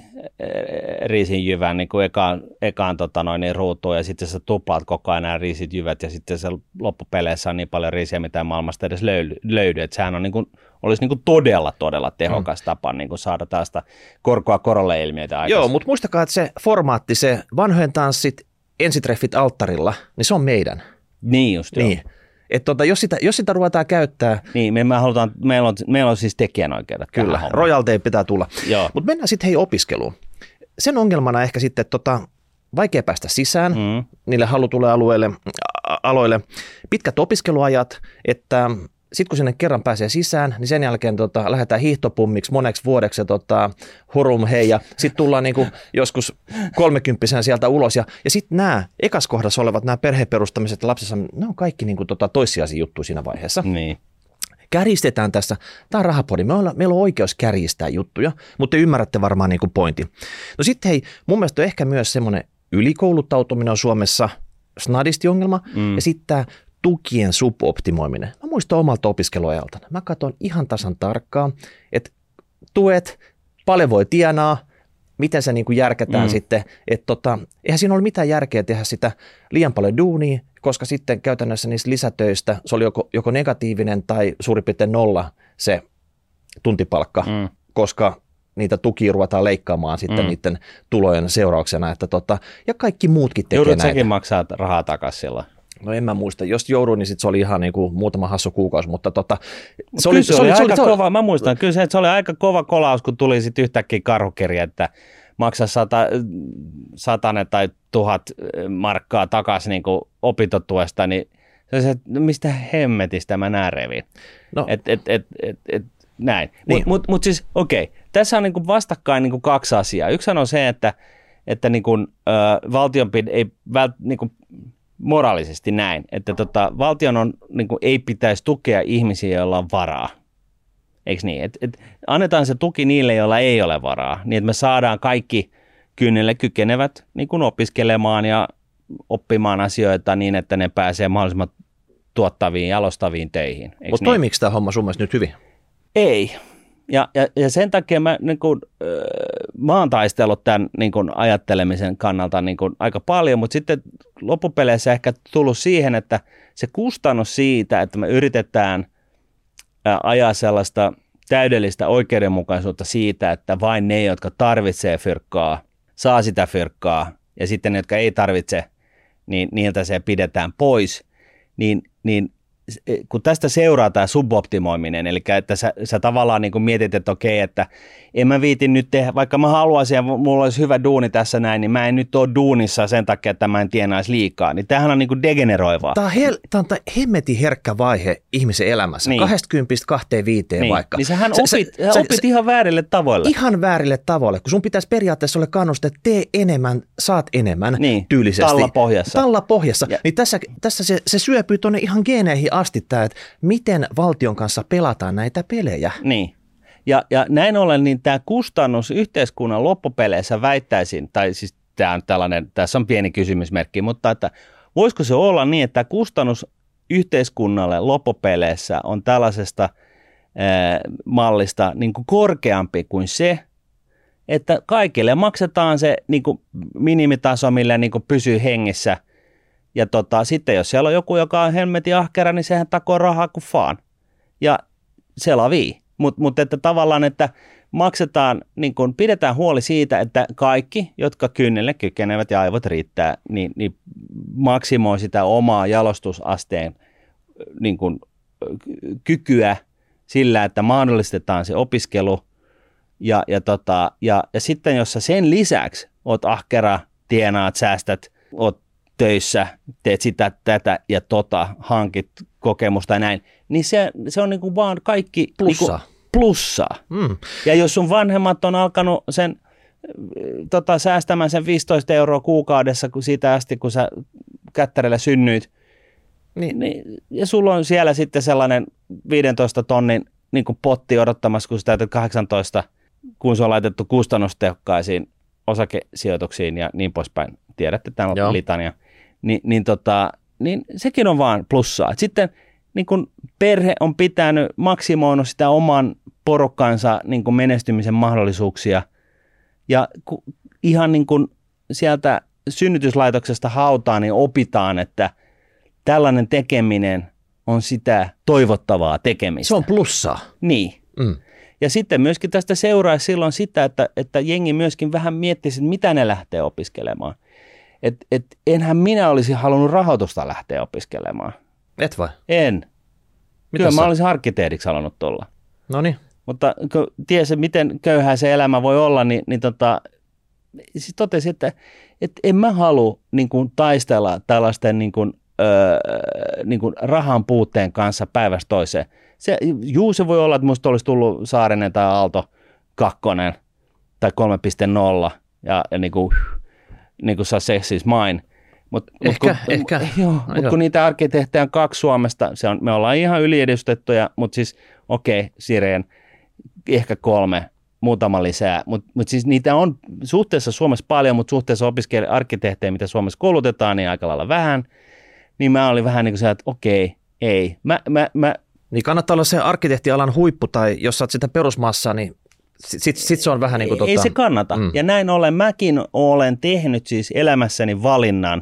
riisin jyvän niin kuin ekaan, ekaan tota noin, niin ruutuun ja sitten sä tuplaat koko ajan nämä riisit jyvät ja sitten se loppupeleissä on niin paljon riisiä, mitä maailmasta edes löydy, löydy. Että sehän on niin kuin, olisi niin kuin todella, todella tehokas mm. tapa niin kuin saada tästä korkoa korolle ilmiöitä aikaisemmin. Joo, mutta muistakaa, että se formaatti, se vanhojen tanssit, ensitreffit alttarilla, niin se on meidän. Niin just joo. Niin. Että tota, jos, sitä, jos sitä ruvetaan käyttää... Niin, me, me halutaan, meillä, on, meillä on siis tekijänoikeudet. Kyllä, royalteja pitää tulla. Mutta mennään sitten hei opiskeluun. Sen ongelmana ehkä sitten, että tota, vaikea päästä sisään mm. niille halutulle alueille, a- aloille. Pitkät opiskeluajat, että sitten kun sinne kerran pääsee sisään, niin sen jälkeen tota, lähdetään hiihtopummiksi moneksi vuodeksi, tota, hurum hei, ja sitten tullaan niinku joskus kolmekymppisenä sieltä ulos, ja, ja sitten nämä ekas kohdassa olevat nämä perheperustamiset lapsissa, ne on kaikki niinku tota, toissijaisia juttuja siinä vaiheessa. Niin. Kärjistetään tässä, tämä on rahapodi, meillä on, meillä on oikeus kärjistää juttuja, mutta te ymmärrätte varmaan niinku pointin. No sitten hei, mun mielestä on ehkä myös semmoinen ylikouluttautuminen on Suomessa snadisti ongelma, mm. ja sitten tämä tukien suboptimoiminen. Mä muistan omalta opiskeluajalta. Mä katson ihan tasan tarkkaan, että tuet, paljon voi tienaa, miten se niin kuin järkätään mm. sitten. Että tota, eihän siinä ole mitään järkeä tehdä sitä liian paljon duunia, koska sitten käytännössä niistä lisätöistä se oli joko, joko negatiivinen tai suurin piirtein nolla se tuntipalkka, mm. koska niitä tukia ruvetaan leikkaamaan sitten mm. niiden tulojen seurauksena. Että tota, ja kaikki muutkin tekee Joudut näitä. sekin maksaa rahaa takaisin silloin. No en mä muista. Jos jouduin, niin sit se oli ihan niin kuin muutama hassu kuukausi, mutta tota, se, se oli, se oli, se oli aika se kova, mä muistan, kyllä se, että se oli aika kova kolaus, kun tuli sitten yhtäkkiä karhukirja, että maksaa sata, satanen tai tuhat markkaa takaisin niin kuin opintotuesta, niin se, se mistä hemmetistä mä nää revin. No. Et, et, et, et, et, näin. Niin. Mutta mut, mut siis okei, okay. Tässä on niin kuin vastakkain niin kuin kaksi asiaa. Yksi on se, että, että niin kuin, äh, valtion ei vält, niin kuin, moraalisesti näin, että tota, valtion on, niin kuin, ei pitäisi tukea ihmisiä, joilla on varaa. Eikö niin? Et, et, annetaan se tuki niille, joilla ei ole varaa, niin että me saadaan kaikki kynnelle kykenevät niin kuin opiskelemaan ja oppimaan asioita niin, että ne pääsee mahdollisimman tuottaviin, jalostaviin töihin. Mutta niin? Toimiiko tämä homma sun mielestä nyt hyvin? Ei. Ja, ja, ja sen takia mä, niin kun, äh, mä oon taistellut tämän niin kun ajattelemisen kannalta niin kun aika paljon, mutta sitten loppupeleissä ehkä tullut siihen, että se kustannus siitä, että me yritetään äh, ajaa sellaista täydellistä oikeudenmukaisuutta siitä, että vain ne, jotka tarvitsee fyrkkaa, saa sitä fyrkkaa, ja sitten ne, jotka ei tarvitse, niin niiltä se pidetään pois, niin, niin kun tästä seuraa tämä suboptimoiminen, eli että sä, sä tavallaan niin kuin mietit, että okei, että en mä viitin nyt tehdä, vaikka mä haluaisin ja mulla olisi hyvä duuni tässä näin, niin mä en nyt ole duunissa sen takia, että mä en tienaisi liikaa, niin tämähän on niin kuin degeneroivaa. Tämä on, hel- tämä on hemmetin herkkä vaihe ihmisen elämässä, niin. kaksikymmentä kaksikymmentäviisi niin. vaikka. Niin sähän opit, sä, sä, opit sä, ihan väärille tavoille. Ihan väärille tavoille, kun sun pitäisi periaatteessa olla kannuste, että tee enemmän, saat enemmän niin. tyylisesti. Talla pohjassa. Talla pohjassa. Ja. Niin tässä, tässä se, se syöpyy tuonne ihan geeneihin asti tämä, että miten valtion kanssa pelataan näitä pelejä. Niin. Ja, ja näin ollen niin tämä kustannus yhteiskunnan loppupeleissä väittäisin, tai siis tämä on tällainen, tässä on pieni kysymysmerkki, mutta että voisiko se olla niin, että tämä kustannus yhteiskunnalle loppupeleissä on tällaisesta ää, mallista niin kuin korkeampi kuin se, että kaikille maksetaan se niin kuin minimitaso, millä niin kuin pysyy hengissä. Ja tota, sitten jos siellä on joku, joka on helmetin ahkera, niin sehän takoo rahaa kuin faan. Ja se lavii. Mutta mut että tavallaan, että maksetaan, niin kun pidetään huoli siitä, että kaikki, jotka kynnelle kykenevät ja aivot riittää, niin, niin maksimoi sitä omaa jalostusasteen niin kun, kykyä sillä, että mahdollistetaan se opiskelu. Ja, ja, tota, ja, ja sitten jos sä sen lisäksi oot ahkera, tienaat, säästät, oot töissä, teet sitä, tätä ja tota, hankit kokemusta ja näin, niin se, se on niinku vaan kaikki plussaa. Niinku plussaa. Mm. Ja jos sun vanhemmat on alkanut sen tota, säästämään sen viisitoista euroa kuukaudessa kun siitä asti, kun sä kättärellä synnyit, niin, niin, ja sulla on siellä sitten sellainen viidentoista tonnin niin kuin potti odottamassa, kun sä täytät kahdeksantoista, kun se on laitettu kustannustehokkaisiin osakesijoituksiin ja niin poispäin. Tiedätte tämän litania. Ni, niin, tota, niin sekin on vaan plussaa. Et sitten niin kun perhe on pitänyt maksimoinut sitä oman porukkansa niin kun menestymisen mahdollisuuksia ja ku, ihan niin kun sieltä synnytyslaitoksesta hautaan niin opitaan, että tällainen tekeminen on sitä toivottavaa tekemistä. Se on plussaa. Niin. Mm. Ja sitten myöskin tästä seuraa silloin sitä, että, että jengi myöskin vähän miettisi, että mitä ne lähtee opiskelemaan. Että et, enhän minä olisi halunnut rahoitusta lähteä opiskelemaan. Et vai? En. Mitä Kyllä sä? mä olisin arkkitehdiksi halunnut tulla. Noniin. Mutta kun tiesi, miten köyhää se elämä voi olla, niin, niin tota, siis totesin, että, että en mä halua niin kuin, taistella tällaisten niin kuin, öö, niin kuin rahan puutteen kanssa päivästä toiseen. Se, juu, se voi olla, että musta olisi tullut Saarinen tai Aalto kakkonen tai kolme piste nolla ja, ja niin kuin, niin kuin success is mine. Mut, ehkä, mut kun, ehkä. Joo, mutta kun niitä arkkitehtejä on kaksi Suomesta, se on, me ollaan ihan yliedustettuja, mutta siis okei, okay, Sireen, ehkä kolme, muutama lisää, mutta mut siis niitä on suhteessa Suomessa paljon, mutta suhteessa opiskelija arkkitehtejä, mitä Suomessa koulutetaan, niin aika lailla vähän. niin mä olin vähän niin kuin se, että okei, ei. Mä, mä, mä... Niin kannattaa olla se arkkitehtialan huippu, tai jos sä oot sitä perusmassaa, niin sitten sit se on vähän niin kuin... Ei tota... se kannata. Mm. Ja näin ollen mäkin olen tehnyt siis elämässäni valinnan,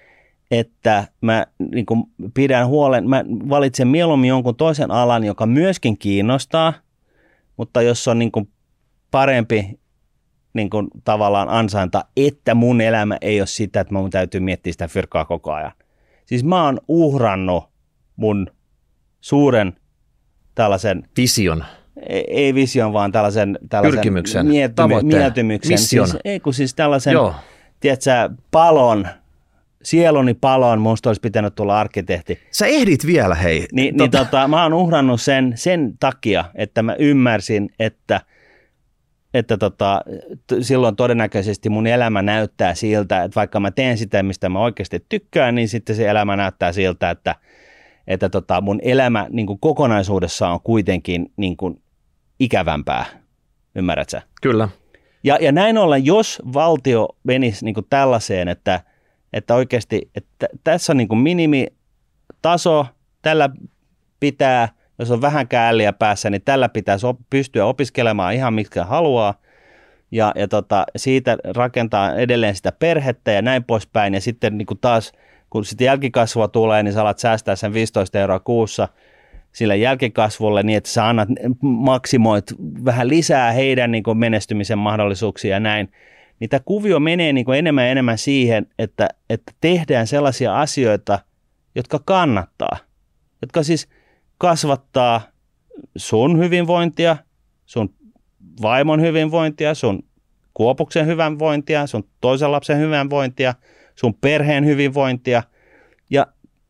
että mä niin kuin pidän huolen, mä valitsen mieluummin jonkun toisen alan, joka myöskin kiinnostaa, mutta jos on niin kuin parempi niin kuin tavallaan ansainta, että mun elämä ei ole sitä, että mun täytyy miettiä sitä fyrkkaa koko ajan. Siis mä oon uhrannut mun suuren tällaisen... Vision. Ei, ei vision, vaan tällaisen, tällaisen pyrkimyksen, miety, mieltymyksen. mission. Siis, ei kun siis tällaisen, Joo. tiedätkö, palon, sieluni palon, musta olisi pitänyt tulla arkkitehti. Sä ehdit vielä, hei. Ni, tota. Niin tota, mä oon uhrannut sen sen takia, että mä ymmärsin, että, että tota, t- silloin todennäköisesti mun elämä näyttää siltä, että vaikka mä teen sitä, mistä mä oikeasti tykkään, niin sitten se elämä näyttää siltä, että, että tota, mun elämä niin kuin kokonaisuudessaan on kuitenkin niin kuin ikävämpää. Ymmärrät sä? Kyllä. Ja, ja näin ollen, jos valtio menisi niin kuin tällaiseen, että että oikeasti, että tässä on niin kuin minimitaso, tällä pitää, jos on vähän älliä päässä, niin tällä pitäisi op- pystyä opiskelemaan ihan mitkä haluaa, ja, ja tota, siitä rakentaa edelleen sitä perhettä ja näin poispäin, ja sitten niin kuin taas, kun sitten jälkikasvua tulee, niin sä alat säästää sen viisitoista euroa kuussa sille jälkikasvulle, niin että sä annat, maksimoit vähän lisää heidän niin kuin menestymisen mahdollisuuksia ja näin. Niin tämä kuvio menee niin kuin enemmän ja enemmän siihen, että, että tehdään sellaisia asioita, jotka kannattaa, jotka siis kasvattaa sun hyvinvointia, sun vaimon hyvinvointia, sun Kuopuksen hyvinvointia, sun toisen lapsen hyvinvointia, sun perheen hyvinvointia ja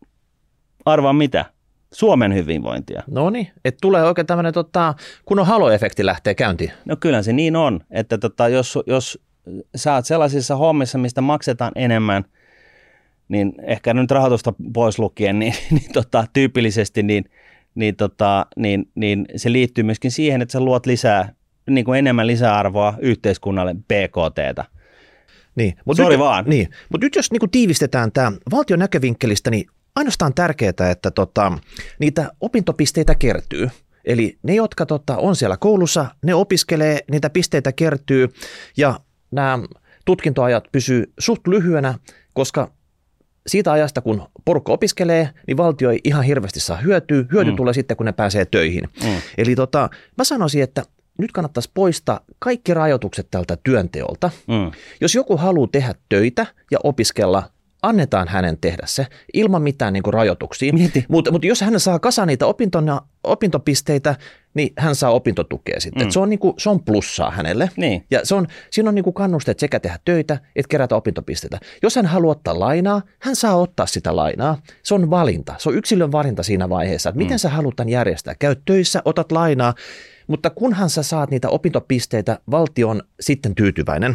arvaa mitä? Suomen hyvinvointia. No niin, että tulee oikein tämmöinen, tota, kun on halo-efekti lähtee käyntiin. No kyllä se niin on, että tota, jos, jos sä oot sellaisissa hommissa, mistä maksetaan enemmän, niin ehkä nyt rahoitusta pois lukien, niin, niin tota, tyypillisesti niin, niin, tota, niin, niin se liittyy myöskin siihen, että sä luot lisää, niin kuin enemmän lisäarvoa yhteiskunnalle B K T:tä. Niin, Sori nyt, vaan. Niin, mutta nyt jos niin kuin tiivistetään tämä valtion näkövinkkelistä, niin ainoastaan tärkeää, että tota, niitä opintopisteitä kertyy. Eli ne, jotka tota, on siellä koulussa, ne opiskelee, niitä pisteitä kertyy ja nämä tutkintoajat pysyy suht lyhyenä, koska siitä ajasta, kun porukka opiskelee, niin valtio ei ihan hirveästi saa hyötyä. Hyöty mm. tulee sitten, kun ne pääsee töihin. Mm. Eli tota, mä sanoisin, että nyt kannattaisi poistaa kaikki rajoitukset tältä työnteolta. Mm. Jos joku haluaa tehdä töitä ja opiskella, annetaan hänen tehdä se ilman mitään niin kuin rajoituksia. Mutta mut jos hän saa kasaan niitä opintona, opintopisteitä, niin hän saa opintotukea sitten. Mm. Se, on niin kuin, se on plussaa hänelle. Niin. Ja se on, siinä on niin kuin kannusteet sekä tehdä töitä, että kerätä opintopisteitä. Jos hän haluaa ottaa lainaa, hän saa ottaa sitä lainaa. Se on valinta. Se on yksilön valinta siinä vaiheessa, että miten mm. sä haluat tämän järjestää. Käyt töissä, otat lainaa, mutta kunhan sä saat niitä opintopisteitä, valtio on sitten tyytyväinen.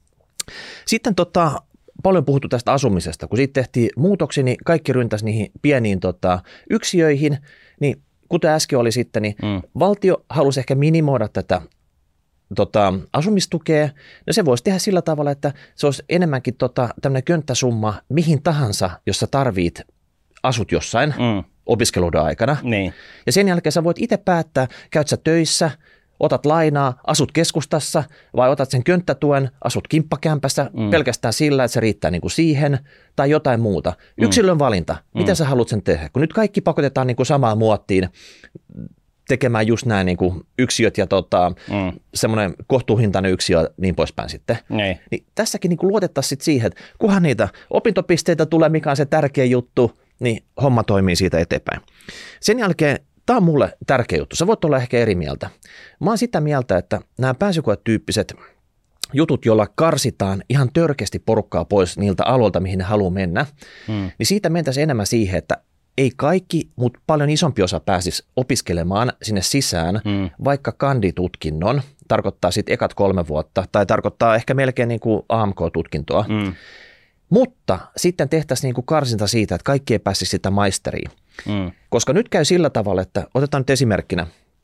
Sitten tota... Paljon puhuttu tästä asumisesta. Kun siitä tehtiin muutoksia, niin kaikki ryntäsi niihin pieniin tota, yksiöihin. Niin kuten äsken oli sitten, niin mm. valtio halusi ehkä minimoida tätä tota, asumistukea. No se voisi tehdä sillä tavalla, että se olisi enemmänkin tota, tämmöinen könttäsumma mihin tahansa, jos sä tarvit asut jossain mm. opiskeluiden aikana. Niin. Ja sen jälkeen sä voit itse päättää, käyt sä töissä, otat lainaa, asut keskustassa vai otat sen könttätuen, asut kimppakämpässä mm. pelkästään sillä, että se riittää niin kuin siihen tai jotain muuta. Mm. Yksilön valinta, miten mm. sä haluat sen tehdä? Kun nyt kaikki pakotetaan niin kuin samaan muottiin tekemään just nämä niin kuin yksiöt ja tota, mm. semmoinen kohtuuhintainen yksiö niin poispäin sitten. Niin, niin tässäkin niin kuin luotettaisiin sit siihen, että kunhan niitä opintopisteitä tulee, mikä on se tärkeä juttu, niin homma toimii siitä eteenpäin. Sen jälkeen tämä on mulle tärkeä juttu. Sä voit olla ehkä eri mieltä. Mä oon sitä mieltä, että nämä pääsykoetyyppiset jutut, joilla karsitaan ihan törkeästi porukkaa pois niiltä aloilta, mihin ne haluaa mennä, hmm. niin siitä mentäisiin enemmän siihen, että ei kaikki, mutta paljon isompi osa pääsisi opiskelemaan sinne sisään, hmm. vaikka kanditutkinnon, tarkoittaa sitten ekat kolme vuotta, tai tarkoittaa ehkä melkein niin kuin A M K-tutkintoa. Hmm. Mutta sitten tehtäisiin niin kuin karsinta siitä, että kaikki ei pääsisi sitä maisteriin. Mm. Koska nyt käy sillä tavalla, että otetaan nyt esimerkkinä,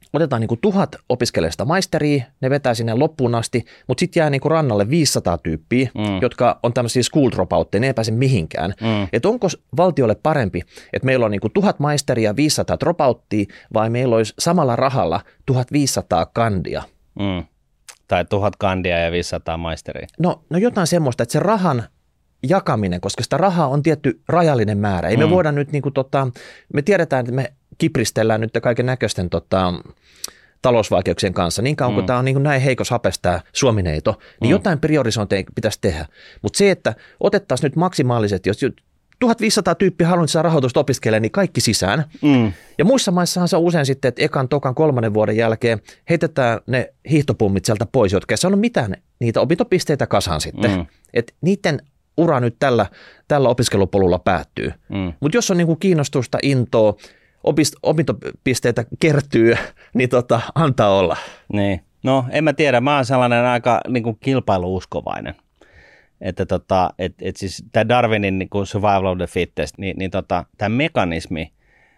otetaan niin kuin tuhat opiskelijasta maisteria, ne vetää sinne loppuun asti, mutta sitten jää niin kuin rannalle viisisataa tyyppiä, mm. jotka on tämmöisiä school dropoutteja, ne ei pääse mihinkään. Mm. Että onko valtiolle parempi, että meillä on niin kuin tuhat maisteria ja viisisataa dropouttia, vai meillä olisi samalla rahalla tuhatviisisataa kandia? Mm. Tai tuhat kandia ja viisisataa maisteria. No, no jotain semmoista, että se rahan jakaminen, koska sitä rahaa on tietty rajallinen määrä. Ei mm. me voida nyt, niin kuin, tota, me tiedetään, että me kipristellään nyt kaiken näköisten tota, talousvaikeuksien kanssa. Niin kauan mm. kuin tämä on niin kuin näin heikos hapes tämä Suomineito, niin mm. jotain priorisointeja pitäisi tehdä. Mutta se, että otettaisiin nyt maksimaalisesti, jos tuhatviisisataa tyyppiä haluaa saada rahoitusta opiskelemaan, niin kaikki sisään. Mm. Ja muissa maissahan se on usein sitten, että ekan, tokan, kolmannen vuoden jälkeen heitetään ne hiihtopummit sieltä pois, jotka ei saanut mitään niitä opintopisteitä kasaan sitten. Mm. Että niiden ura nyt tällä, tällä opiskelupolulla päättyy. Mm. Mutta jos on niinku kiinnostusta, intoa, opist- opintopisteitä kertyy, niin tota, antaa olla. Niin. No en mä tiedä, mä oon sellainen aika niinku kilpailuuskovainen. Että tota, et, et siis tämä Darwinin niin kuin survival of the fittest, niin, niin tota, tämä mekanismi,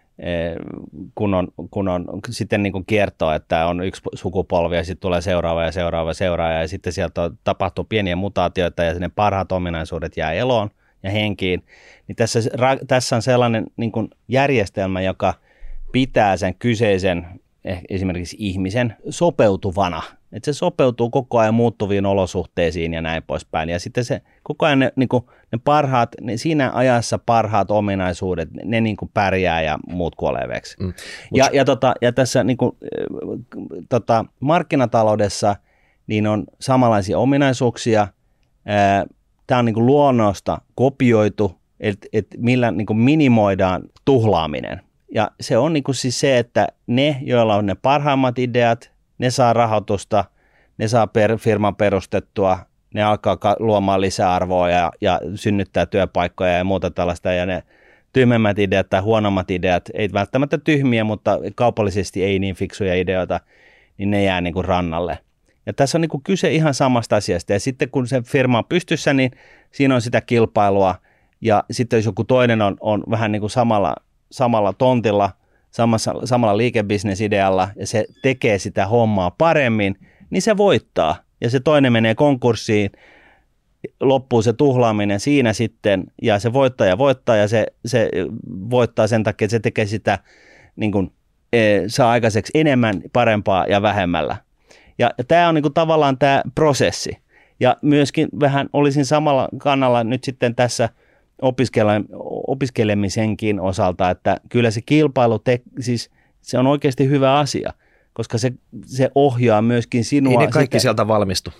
kun on, kun on sitten niin kuin kiertoa, että on yksi sukupolvi ja sitten tulee seuraava ja seuraava ja seuraava ja sitten sieltä on, tapahtuu pieniä mutaatioita ja ne parhaat ominaisuudet jää eloon ja henkiin, niin tässä, tässä on sellainen niin kuin järjestelmä, joka pitää sen kyseisen esimerkiksi ihmisen sopeutuvana, että se sopeutuu koko ajan muuttuviin olosuhteisiin ja näin poispäin. Ja sitten se koko ajan ne, niin kuin, ne parhaat, ne siinä ajassa parhaat ominaisuudet, ne niin kuin pärjää ja muut kuolee veksi. Mm. Ja, ja, tota, ja tässä niin kuin, tota, markkinataloudessa niin on samanlaisia ominaisuuksia. Tämä on niin kuin luonnosta kopioitu, että et millä niin kuin minimoidaan tuhlaaminen. Ja se on niin kuin siis se, että ne, joilla on ne parhaimmat ideat, ne saa rahoitusta, ne saa per, firman perustettua, ne alkaa luomaan lisäarvoa ja, ja synnyttää työpaikkoja ja muuta tällaista. Ja ne tyhmemmät ideat tai huonommat ideat, ei välttämättä tyhmiä, mutta kaupallisesti ei niin fiksuja ideoita, niin ne jää niin kuin rannalle. Ja tässä on niin kuin kyse ihan samasta asiasta. Ja sitten kun se firma on pystyssä, niin siinä on sitä kilpailua. Ja sitten jos joku toinen on, on vähän niin kuin samalla, samalla tontilla, samassa, samalla liikebisnesidealla, ja se tekee sitä hommaa paremmin, niin se voittaa. Ja se toinen menee konkurssiin, loppuu se tuhlaaminen siinä sitten, ja se voittaa ja voittaa, ja se, se voittaa sen takia, että se tekee sitä, niin kuin, e, saa aikaiseksi enemmän, parempaa ja vähemmällä. Ja, ja tämä on niin kuin tavallaan tämä prosessi. Ja myöskin vähän olisin samalla kannalla nyt sitten tässä opiskele, opiskelemisenkin osalta, että kyllä se kilpailu, te, siis se on oikeasti hyvä asia, koska se, se ohjaa myöskin sinua. Ei ne kaikki sitä, sieltä valmistu.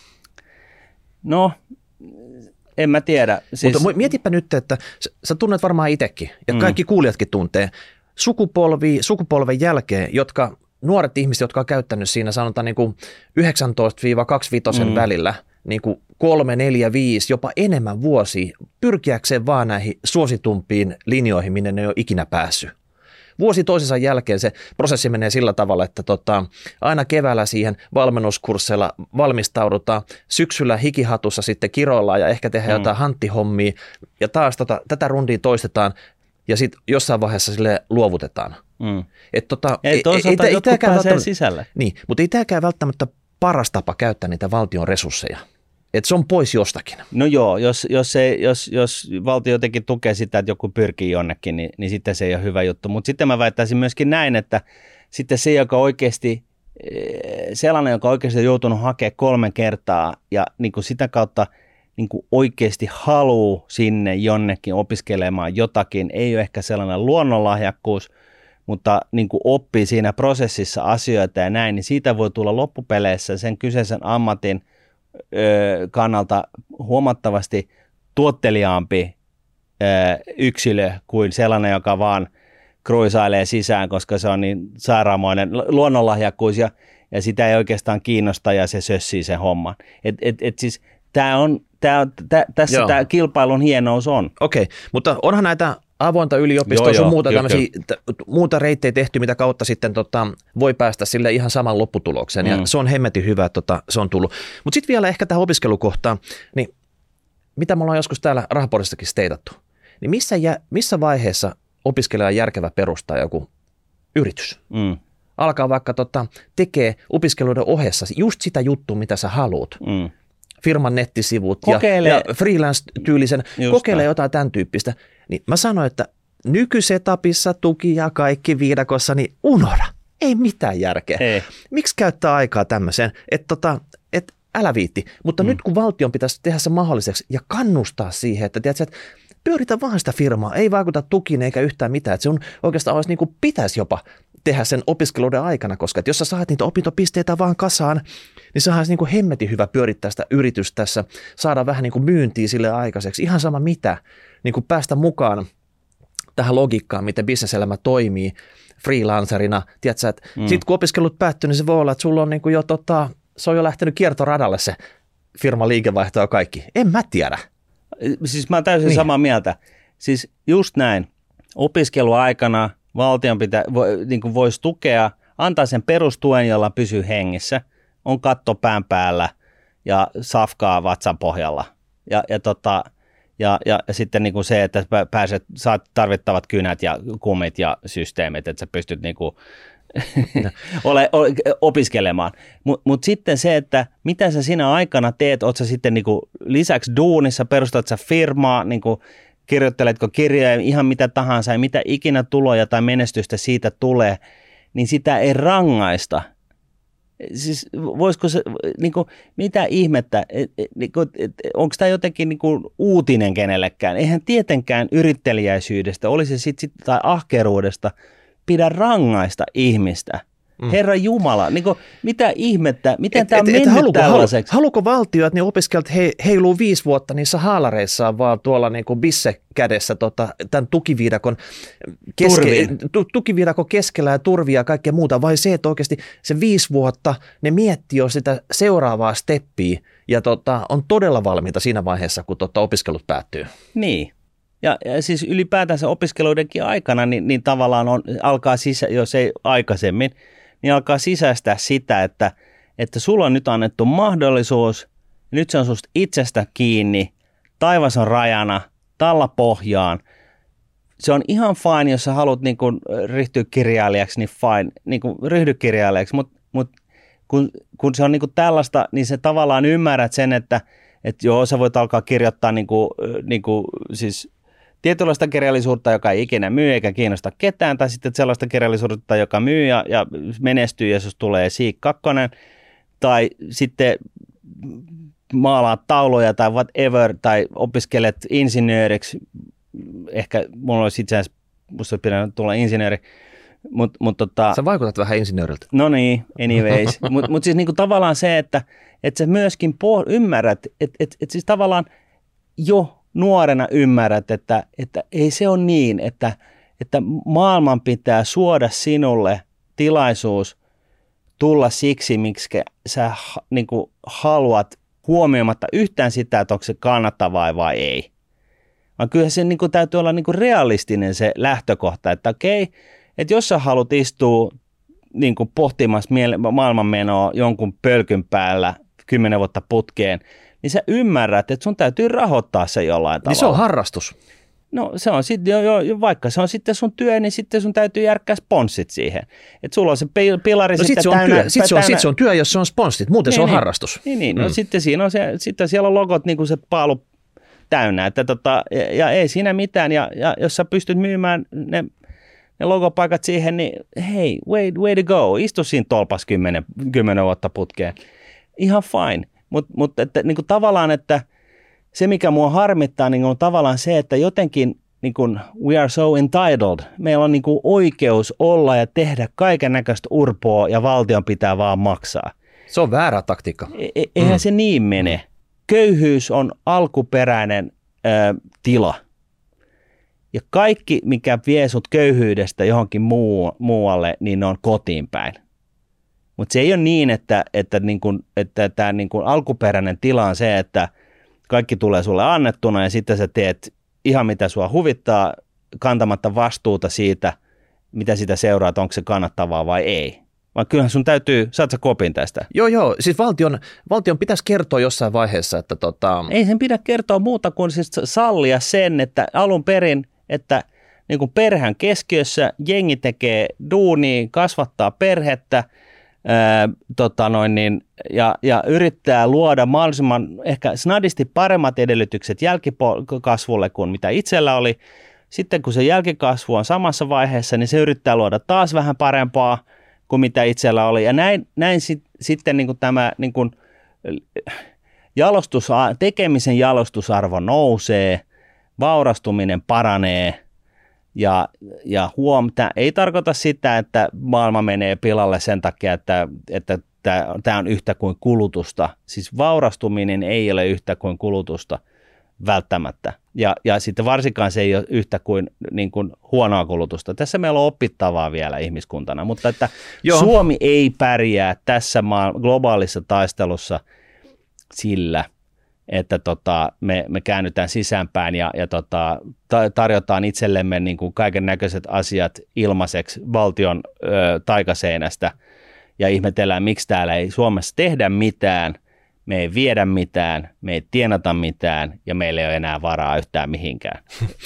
No, en mä tiedä. Siis, mutta mietipä nyt, että sä, sä tunnet varmaan itsekin, ja kaikki mm. kuulijatkin tuntee, sukupolvi, sukupolven jälkeen, jotka nuoret ihmiset, jotka on käyttänyt siinä sanotaan niin kuin yhdeksäntoista kaksikymmentäviisi mm. välillä, niin kuin kolme, neljä, viisi, jopa enemmän vuosia, pyrkiäkseen vaan näihin suositumpiin linjoihin, minne ne ei ole ikinä päässyt. Vuosi toisensa jälkeen se prosessi menee sillä tavalla, että tota, aina keväällä siihen valmennuskursseilla valmistaudutaan, syksyllä hikihatussa sitten kiroillaan ja ehkä tehdään mm. jotain hanttihommia, ja taas tota, tätä rundia toistetaan, ja sitten jossain vaiheessa sille luovutetaan. Mm. Et tota, ei toisaalta ei, jotkut pääsee sisälle. Niin, mutta ei tämäkään välttämättä paras tapa käyttää niitä valtion resursseja. Että se on pois jostakin. No joo, jos, jos, se, jos, jos valtio jotenkin tukee sitä, että joku pyrkii jonnekin, niin, niin sitten se ei ole hyvä juttu. Mutta sitten mä väittäisin myöskin näin, että sitten se, joka oikeasti, sellainen, joka oikeasti on joutunut hakemaan kolme kertaa ja niin kuin sitä kautta niin kuin oikeasti haluaa sinne jonnekin opiskelemaan jotakin, ei ole ehkä sellainen luonnonlahjakkuus, mutta niin kuin oppii siinä prosessissa asioita ja näin, niin siitä voi tulla loppupeleissä sen kyseisen ammatin ö, kannalta huomattavasti tuotteliaampi ö, yksilö kuin sellainen, joka vaan kruisailee sisään, koska se on niin sairaanmoinen luonnonlahjakkuus ja, ja sitä ei oikeastaan kiinnosta ja se sössii sen homman. Et, et, et siis tää on, tää, tää, tässä tämä kilpailun hienous on. Okei, okay, mutta onhan näitä avointa yliopistoa, sun muuta, t- muuta reittejä tehty, mitä kautta sitten tota, voi päästä sille ihan saman lopputulokseen, mm. ja se on hemmetin hyvä, että tota, se on tullut. Mutta sitten vielä ehkä tähän opiskelukohtaan, niin mitä me ollaan joskus täällä Rahapodissakin steitattu, niin missä, jä, missä vaiheessa opiskelija on järkevä perustaa joku yritys? Mm. alkaa vaikka tota, tekee opiskeluiden ohessa just sitä juttua, mitä sä haluat. Mm. Firman nettisivut kokeile, ja, ja freelance-tyylisen, kokeile jotain tämän tyyppistä. Niin mä sanoin, että nykysetapissa tuki ja kaikki viidakossa, niin unohda. Ei mitään järkeä. Ei. Miksi käyttää aikaa tämmöiseen, että tota, et älä viitti. Mutta mm. nyt kun valtion pitäisi tehdä se mahdolliseksi ja kannustaa siihen, että, tiedätkö, että pyöritä vaan sitä firmaa, ei vaikuta tukiin eikä yhtään mitään. Että se on oikeastaan olisi niin kuin pitäisi jopa tehdä sen opiskeluiden aikana, koska että jos sä saat niitä opintopisteitä vaan kasaan, niin se olisi niin kuin hemmetin hyvä pyörittää sitä yritystä tässä, saada vähän niin kuin myyntiä sille aikaiseksi. Ihan sama mitä, niin kuin päästä mukaan tähän logiikkaan, miten bisneselämä toimii freelancerina. Tiedätkö, että mm. sitten kun opiskelut päättyy, niin se voi olla, että sulla on niin kuin jo, tota, se on jo lähtenyt kiertoradalle se firman liikevaihto ja kaikki. En mä tiedä. Siis mä oon täysin niin. samaa mieltä. Siis just näin. Opiskeluaikana valtion pitää, vo, niin kuin voisi tukea, antaa sen perustuen, jolla pysyy hengissä. On katto pään päällä ja safkaa vatsan pohjalla. Ja, ja, tota, ja, ja, ja sitten niin kuin se, että pääset, saat tarvittavat kynät ja kumit ja systeemit, että sä pystyt niin kuin ole, ole, opiskelemaan. Mutta mut sitten se, että mitä sä siinä aikana teet, oot sä sitten niinku lisäksi duunissa, perustat sä firmaa, niinku kirjoitteletko kirjoja, ihan mitä tahansa ja mitä ikinä tuloja tai menestystä siitä tulee, niin sitä ei rangaista. Siis voisiko se, niinku, mitä ihmettä, niinku, onko tämä jotenkin niinku uutinen kenellekään? Eihän tietenkään yrittelijäisyydestä, olisi se sitten sit, tai ahkeruudesta, pidä rangaista ihmistä. Mm. Herra Jumala, niin kuin, mitä ihmettä, miten et, tämä on et, mennyt et, haluko, tällaiseksi? Haluuko valtio, että ne opiskelijat he, heiluu viisi vuotta niissä haalareissaan vaan tuolla niin kuin bisse kädessä tota, tämän tukiviidakon, keske, tu, tukiviidakon keskellä ja turvia ja kaikkea muuta, vai se, että oikeasti se viisi vuotta ne miettii jo sitä seuraavaa steppiä ja tota, on todella valmiita siinä vaiheessa, kun tota, opiskelut päättyy. Niin. Ja, ja siis ylipäätänsä opiskeluidenkin aikana, niin, niin tavallaan on, alkaa, sisä, jos ei aikaisemmin, niin alkaa sisäistää sitä, että, että sulla on nyt annettu mahdollisuus, nyt se on susta itsestä kiinni, taivas on rajana, talla pohjaan. Se on ihan fine, jos sä haluat niin kun ryhtyä kirjailijaksi, niin fine, niin kun ryhdy kirjailijaksi, mutta mut, kun, kun se on niin kun tällaista, niin se tavallaan ymmärrät sen, että et joo, sä voit alkaa kirjoittaa niin kuin, niin kuin, siis tietynlaista kirjallisuutta, joka ei ikinä myy eikä kiinnosta ketään, tai sitten sellaista kirjallisuutta, joka myy ja, ja menestyy, ja jos tulee Siik kakkonen, tai sitten maalaat tauluja tai whatever, tai opiskelet insinööriksi, ehkä mulla olisi itse asiassa, musta olisi pitänyt tulla insinööri, Mut, mut tota, sä vaikutat vähän insinööriltä. No niin, anyways. Mutta mut siis niinku tavallaan se, että et sä myöskin po- ymmärrät, että et, et siis tavallaan jo nuorena ymmärrät, että, että ei se ole niin, että, että maailman pitää suoda sinulle tilaisuus tulla siksi, miksi sä niinku haluat huomioimatta yhtään sitä, että onko se kannattavaa vai ei. Vaan kyllä se niinku täytyy olla niinku realistinen se lähtökohta, että okei, että jos sä haluat istua niin kuin pohtimassa miele- maailmanmenoa jonkun pölkyn päällä kymmenen vuotta putkeen, niin sä ymmärrät, että sun täytyy rahoittaa se jollain tavalla. Niin se on harrastus. No se on sitten, jo, jo, vaikka se on sitten sun työ, niin sitten sun täytyy järkkää sponssit siihen. Että sulla on se pilari no sitten sit täynnä. Sitten se, sit se on työ, jos se on sponssit, muuten niin, se on niin, harrastus. Niin, niin. Mm. No sitten siinä on se, sitten siellä on logot, niin kuin se paalu täynnä, että tota, ja, ja ei siinä mitään, ja, ja jos sä pystyt myymään ne ne logopaikat siihen, niin hei, way, way to go, istu siinä tolpas kymmenen, kymmenen vuotta putkeen. Ihan fine, mutta mut, niinku tavallaan, että se mikä mua harmittaa, niin on tavallaan se, että jotenkin niinku, we are so entitled, meillä on niinku oikeus olla ja tehdä kaiken näköistä urpoa ja valtion pitää vaan maksaa. Se on väärä taktiikka. E- eihän mm. se niin mene. Köyhyys on alkuperäinen ö, tila. Ja kaikki, mikä vie sut köyhyydestä johonkin muu, muualle, niin ne on kotiin päin. Mutta se ei ole niin, että, että, niin kun, että tämä niin kun alkuperäinen tila on se, että kaikki tulee sulle annettuna ja sitten sä teet ihan mitä sua huvittaa, kantamatta vastuuta siitä, mitä sitä seuraa, että onko se kannattavaa vai ei. Vaan kyllähän sun täytyy, saat sä kopin tästä? Joo, joo. Siis valtion, valtion pitäisi kertoa jossain vaiheessa, että tota... Ei sen pidä kertoa muuta kuin siis sallia sen, että alun perin, että niin kuin perheen keskiössä, jengi tekee duunia, kasvattaa perhettä, ää, tota noin niin, ja, ja yrittää luoda mahdollisimman ehkä snadisti paremmat edellytykset jälkikasvulle kuin mitä itsellä oli. Sitten kun se jälkikasvu on samassa vaiheessa, niin se yrittää luoda taas vähän parempaa kuin mitä itsellä oli. Ja näin, näin sit, sitten niin kuin tämä niin kuin jalostus, tekemisen jalostusarvo nousee, vaurastuminen paranee ja, ja huom, tämä ei tarkoita sitä, että maailma menee pilalle sen takia, että, että tämä on yhtä kuin kulutusta. Siis vaurastuminen ei ole yhtä kuin kulutusta välttämättä. Ja, ja sitten varsinkaan se ei ole yhtä kuin, niin kuin huonoa kulutusta. Tässä meillä on opittavaa vielä ihmiskuntana, mutta että Joo. Suomi ei pärjää tässä maa, globaalissa taistelussa sillä, että tota, me, me käännytään sisäänpäin ja, ja tota, tarjotaan itsellemme niin kuin kaiken näköiset asiat ilmaiseksi valtion ö, taikaseinästä ja ihmetellään, miksi täällä ei Suomessa tehdä mitään, me ei viedä mitään, me ei tienata mitään ja meillä ei ole enää varaa yhtään mihinkään.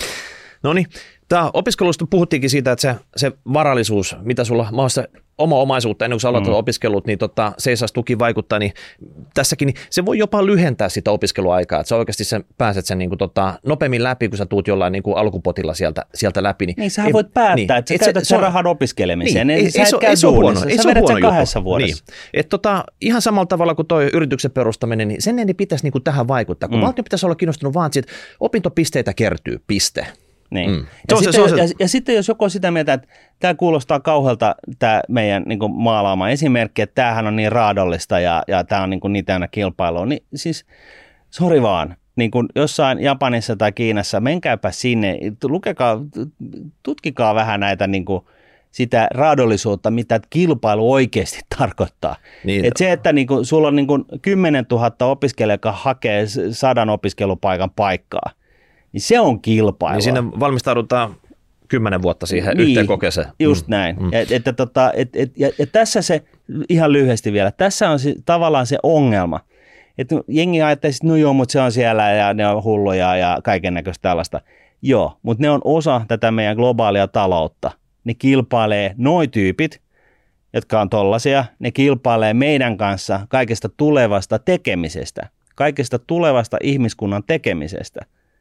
No niin, tämä opiskelusta puhuttiinkin siitä, että se, se varallisuus, mitä sulla maassa oma omaisuutta ennen kuin sä aloitat mm. opiskelut, niin tota, se ei saisi tuki vaikuttaa, niin tässäkin niin se voi jopa lyhentää sitä opiskeluaikaa, että sä oikeasti sen, pääset sen niin kuin, tota, nopeammin läpi, kun sä tuut jollain niin kuin alkupotilla sieltä, sieltä läpi. Niin, niin sä voit päättää, niin, että sä käytät se, sen rahan opiskelemiseen, niin, ei, sä ei, et se, käy ei se ole huono, sä ei se vedät huono sen kahdessa vuodessa. Niin. Et tota, ihan samalla tavalla kuin toi yrityksen perustaminen, niin sen ei pitäisi niin kuin tähän vaikuttaa, kun mm. valtio pitäisi olla kiinnostunut vaan siitä, että opintopisteitä kertyy, piste. Niin. Mm. Ja, sitten, se, se, ja, ja sitten jos joku on sitä mieltä, että tämä kuulostaa kauhealta tämä meidän niin kuin maalaama esimerkki, että tämähän on niin raadollista ja, ja tämä on niin, kuin niin täynnä kilpailua, niin siis sori vaan, niin kuin jossain Japanissa tai Kiinassa, menkääpä sinne, lukekaa, tutkikaa vähän näitä niin kuin sitä raadollisuutta, mitä kilpailu oikeasti tarkoittaa. Niin. Et se, että niin kuin, sulla on niin kuin kymmenen tuhatta opiskelijaa, joka hakee sadan opiskelupaikan paikkaa, niin se on kilpailua. Niin sinne valmistaudutaan kymmenen vuotta siihen niin, yhteen kokeeseen. Just mm. näin. Mm. Et, että, tota, et, et, ja, ja tässä se, ihan lyhyesti vielä, tässä on se, tavallaan se ongelma. Että jengi ajattelee, että no joo, mutta se on siellä ja ne on hulluja ja kaiken näköistä tällaista. Joo, mutta ne on osa tätä meidän globaalia taloutta. Ne kilpailee, noi tyypit, jotka on tollaisia, ne kilpailee meidän kanssa kaikesta tulevasta tekemisestä, kaikesta tulevasta ihmiskunnan tekemisestä.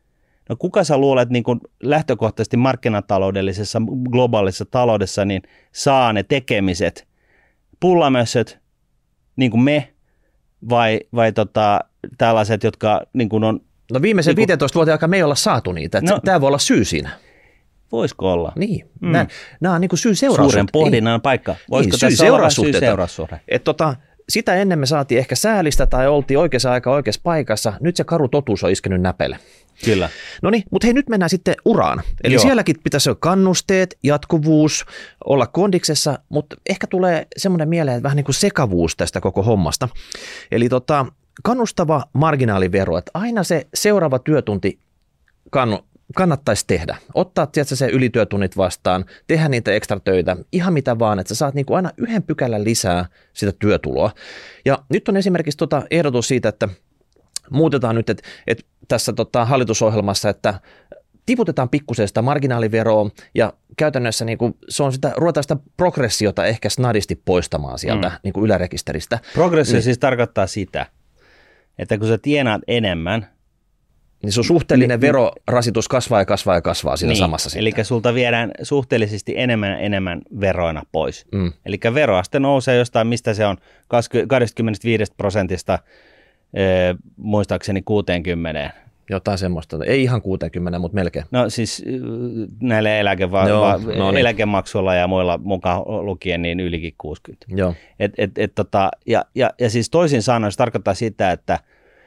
No kuka sä luulet niin kuin lähtökohtaisesti markkinataloudellisessa globaalissa taloudessa niin saa ne tekemiset, pullamössöt, niin kuin me, vai, vai tota, tällaiset, jotka niin kuin on... No viimeisen niin kuin, viisitoista vuoteen aikaa me ei olla saatu niitä, no, tämä voi olla syy siinä. Voisiko olla? Niin, mm. nämä, nämä on niin kuin syy-seuraussuhde. Suuren pohdinnan paikka. Voisiko niin, tässä olla syy-seuraussuhde? Että tota, sitä ennen me saatiin ehkä säälistä tai oltiin oikeassa aikaa oikeassa paikassa, nyt se karu totuus on iskenyt näpelle. Kyllä. No niin, mutta hei, nyt mennään sitten uraan. Eli Joo. sielläkin pitäisi olla kannusteet, jatkuvuus, olla kondiksessa, mutta ehkä tulee semmoinen mieleen, että vähän niin kuin sekavuus tästä koko hommasta. Eli tota, kannustava marginaalivero, että aina se seuraava työtunti kannu, kannattaisi tehdä. Ottaa tietysti se ylityötunnit vastaan, tehdä niitä ekstra töitä, ihan mitä vaan, että sä saat niin kuin aina yhden pykälän lisää sitä työtuloa. Ja nyt on esimerkiksi tota ehdotus siitä, että muutetaan nyt, että, että tässä tota hallitusohjelmassa, että tiputetaan pikkusen sitä marginaaliveroa ja käytännössä niin kuin, se on sitä, ruvetaan sitä progressiota ehkä snadisti poistamaan sieltä mm. niin kuin ylärekisteristä. Progressio niin, siis tarkoittaa sitä, että kun sä tienaat enemmän, niin sun suhteellinen niin, verorasitus kasvaa ja kasvaa ja kasvaa siinä niin, samassa sitten. Eli sulta viedään suhteellisesti enemmän ja enemmän veroina pois. Mm. Eli veroaste nousee jostain, mistä se on kaksikymmentäviisi prosentista Ee, muistaakseni kuuteenkymmeneen. Jotain semmoista. Ei ihan kuuteenkymmeneen, mutta melkein. No siis näille eläkeva- Joo, va- no niin. eläkemaksuilla ja muilla mukaan lukien niin ylikin kuusikymmentä. Joo. Et, et, et, tota, ja, ja, ja siis toisin sanoen se tarkoittaa sitä, että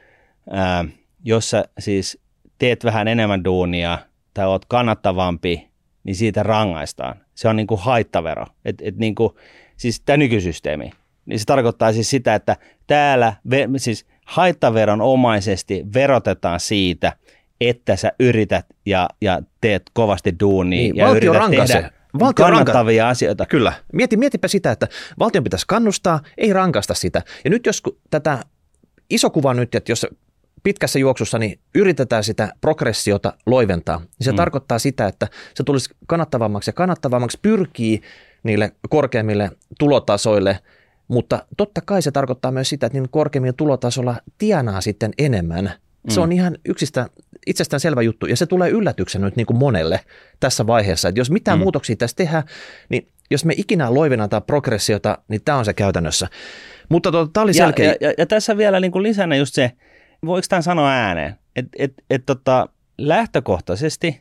ää, jos sä siis teet vähän enemmän duunia tai oot kannattavampi, niin siitä rangaistaan. Se on niin kuin haittavero. Et, et niin kuin, siis tämä nykysysteemi. Niin se tarkoittaa siis sitä, että täällä siis haittaveron omaisesti verotetaan siitä, että sä yrität ja, ja teet kovasti duunia niin, ja yrität rankaisee. tehdä valtio kannattavia ranka- asioita. Kyllä. Mieti, mietipä sitä, että valtion pitäisi kannustaa, ei rankasta sitä. Ja nyt jos tätä iso kuva nyt, että jos pitkässä juoksussa niin yritetään sitä progressiota loiventaa. Se mm. tarkoittaa sitä, että se tulisi kannattavammaksi ja kannattavammaksi pyrkii niille korkeimmille tulotasoille, mutta totta kai se tarkoittaa myös sitä, että niin korkeimmilla tulotasolla tienaa sitten enemmän. Mm. Se on ihan yksistä, itsestään selvä juttu ja se tulee yllätyksen nyt niin kuin monelle tässä vaiheessa, että jos mitään mm. muutoksia tässä tehdään, niin jos me ikinä loivennetaan progressiota, niin tämä on se käytännössä. Mutta tuota, tämä oli selkeä. Ja, ja, ja tässä vielä niin kuin lisänä just se, voiko tämän sanoa ääneen, että et, et, tota, lähtökohtaisesti,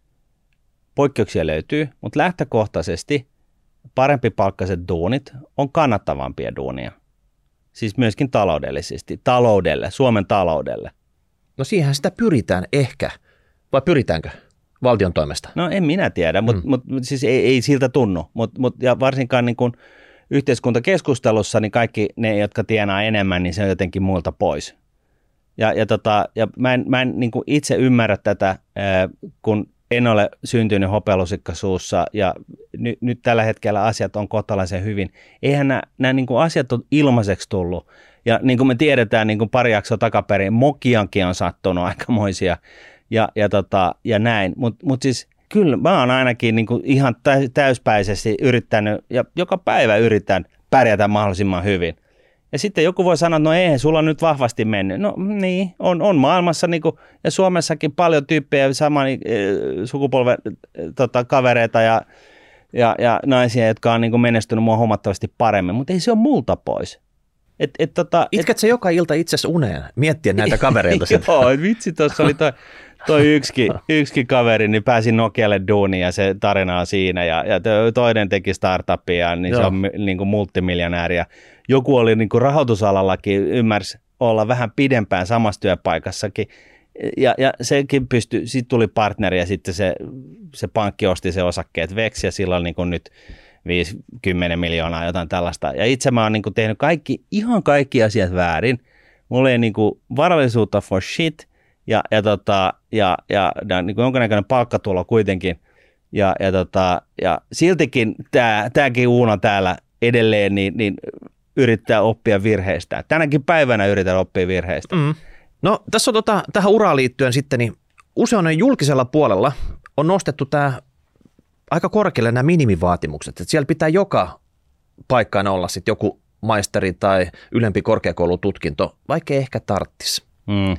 poikkeuksia löytyy, mutta lähtökohtaisesti parempi palkkaiset duunit on kannattavampia duunia. Siis myöskin taloudellisesti, taloudelle, Suomen taloudelle. No siihen sitä pyritään ehkä, vai pyritäänkö valtion toimesta? No en minä tiedä, mutta mm. mut, siis ei, ei siltä tunnu, mut, mut, ja varsinkaan niin kun yhteiskuntakeskustelussa niin kaikki ne, jotka tienaa enemmän, niin se on jotenkin muilta pois. Ja, ja, tota, ja mä en, mä en niin kuin itse ymmärrä tätä, ää, kun en ole syntynyt hopealusikka suussa ja ny, nyt tällä hetkellä asiat on kohtalaisen hyvin. Eihän nämä, nämä niin kuin asiat ole ilmaiseksi tullut. Ja niin kuin me tiedetään niin kuin pari jaksoa takaperin, mokiankin on sattunut aikamoisia ja, ja, tota, ja näin. Mutta mut siis kyllä mä oon ainakin niin kuin ihan täyspäisesti yrittänyt ja joka päivä yritän pärjätä mahdollisimman hyvin. Ja sitten joku voi sanoa, että no eihän sulla nyt vahvasti mennyt. No niin, on, on maailmassa niin kuin, ja Suomessakin paljon tyyppejä, saman e, sukupolven e, tota, kavereita ja, ja, ja naisia, jotka on niin kuin menestynyt mua huomattavasti paremmin, mutta ei se ole multa pois. Et, et, tota, Itket sä joka ilta itsesi uneen miettiä näitä kavereita? Joo, vitsi, tuossa oli toi, toi yksikin, yksikin kaveri, niin pääsi Nokialle duuniin ja se tarina on siinä. Ja, ja toinen teki startupia, niin Joo. se on niin kuin multimiljonääri. Joku oli niin kuin rahoitusalallakin, ymmärsi olla vähän pidempään samassa työpaikassakin. Ja, ja sekin pystyi, sitten tuli partneri ja sitten se, se pankki osti se osakkeet veksi ja silloin niin kuin nyt viisi kymmenen miljoonaa jotain tällaista. Ja itse mä oon niin kuin tehnyt kaikki, ihan kaikki asiat väärin. Mulla ei niin kuin varallisuutta for shit ja, ja, tota, ja, ja, ja niin kuin jonkinnäköinen palkkatulo kuitenkin. Ja, ja, tota, ja siltikin tää, tääkin Uuno täällä edelleen niin, niin yrittää oppia virheistä. Tänäkin päivänä yritän oppia virheistä. Mm. No tässä on tota, tähän uraan liittyen sitten, niin usein julkisella puolella on nostettu tämä aika korkealle nämä minimivaatimukset. Että siellä pitää joka paikkaan olla sitten joku maisteri tai ylempi korkeakoulututkinto, vaikka ei ehkä tarttisi. Mm.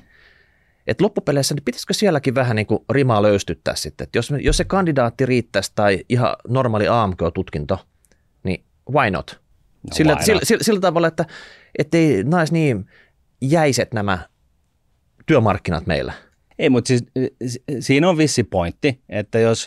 Et loppupeleissä niin pitäisikö sielläkin vähän niin kuin rimaa löystyttää sitten. Et jos, jos se kandidaatti riittäisi tai ihan normaali A M K-tutkinto, niin why not? No, sillä, why sillä, not? Sillä, sillä tavalla, että ei nais niin jäiset nämä työmarkkinat meillä. Ei, mutta siis siinä on vissi pointti, että jos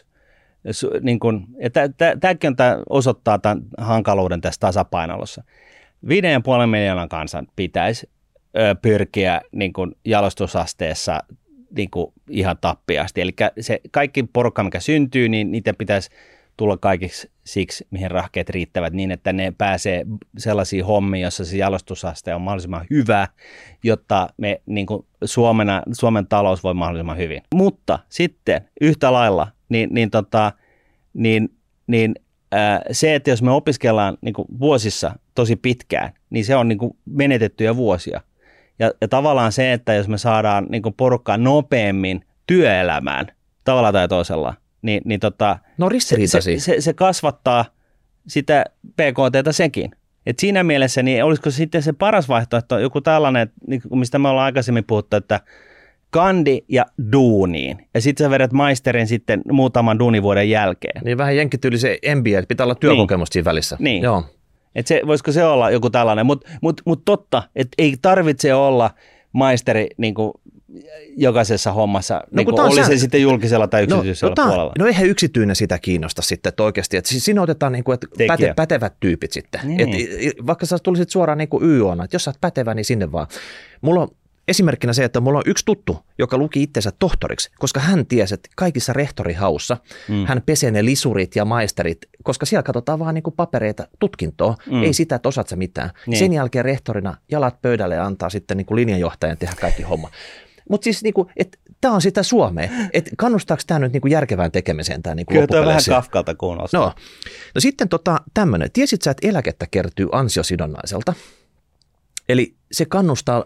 niin kun, tämäkin osoittaa tämän hankaluuden tässä tasapainossa. Viiden ja puolen miljoonan kansan pitäisi ö, pyrkiä niin kun jalostusasteessa niin kun ihan tappiasti. Eli se kaikki porukka, mikä syntyy, niin niiden pitäisi tulla kaikiksi siksi, mihin rahkeet riittävät, niin että ne pääsee sellaisiin hommiin, jossa se jalostusaste on mahdollisimman hyvä, jotta me niin kuin Suomena, Suomen talous voi mahdollisimman hyvin. Mutta sitten yhtä lailla, niin, niin, tota, niin, niin ää, se, että jos me opiskellaan niin kuin vuosissa tosi pitkään, niin se on niin kuin menetettyjä vuosia. Ja, ja tavallaan se, että jos me saadaan niin kuin porukkaa nopeammin työelämään, tavalla tai toisella, Niin, niin tota, no se, se, se, se kasvattaa sitä P K T:tä sekin. Et siinä mielessä niin olisiko sitten se paras vaihtoehto joku tällainen, mistä me ollaan aikaisemmin puhuttu, että kandi ja duuniin. Ja sitten sä vedät maisterin sitten muutaman duunivuoden jälkeen. Niin vähän jenkkityyli se M B A, että pitää olla työkokemusta niin siinä välissä. Niin. Joo. Et se, voisiko se olla joku tällainen, mutta mut, mut totta, että ei tarvitse olla maisteri niin kuin jokaisessa hommassa, no, niin kuin oli sä... se sitten julkisella tai yksityisellä no, no, puolella. No eihän yksityinen sitä kiinnosta sitten, että oikeasti, että siis siinä otetaan niin kuin, että päte, pätevät tyypit sitten. Niin. Et, vaikka sä tulisit suoraan niin kuin Y O:na, että jos sä oot pätevä, niin sinne vaan. Mulla on esimerkkinä se, että mulla on yksi tuttu, joka luki itsensä tohtoriksi, koska hän tiesi, että kaikissa rehtorihaussa mm. hän pesee ne lisurit ja maisterit, koska siellä katsotaan vaan niin kuin papereita, tutkintoa, mm. ei sitä, että osaat sä mitään. Niin. Sen jälkeen rehtorina jalat pöydälle ja antaa sitten niin kuin linjanjohtajan tehdä kaikki homma. Mutta siis niinku, että tämä on sitä Suomea, että kannustaako tämä nyt niinku järkevään tekemiseen tämä niinku Kyllä tämä vähän Kafkalta kuunnolta. No. no sitten tota, tämmöinen, tiesit sä, että eläkettä kertyy ansiosidonnaiselta, eli se kannustaa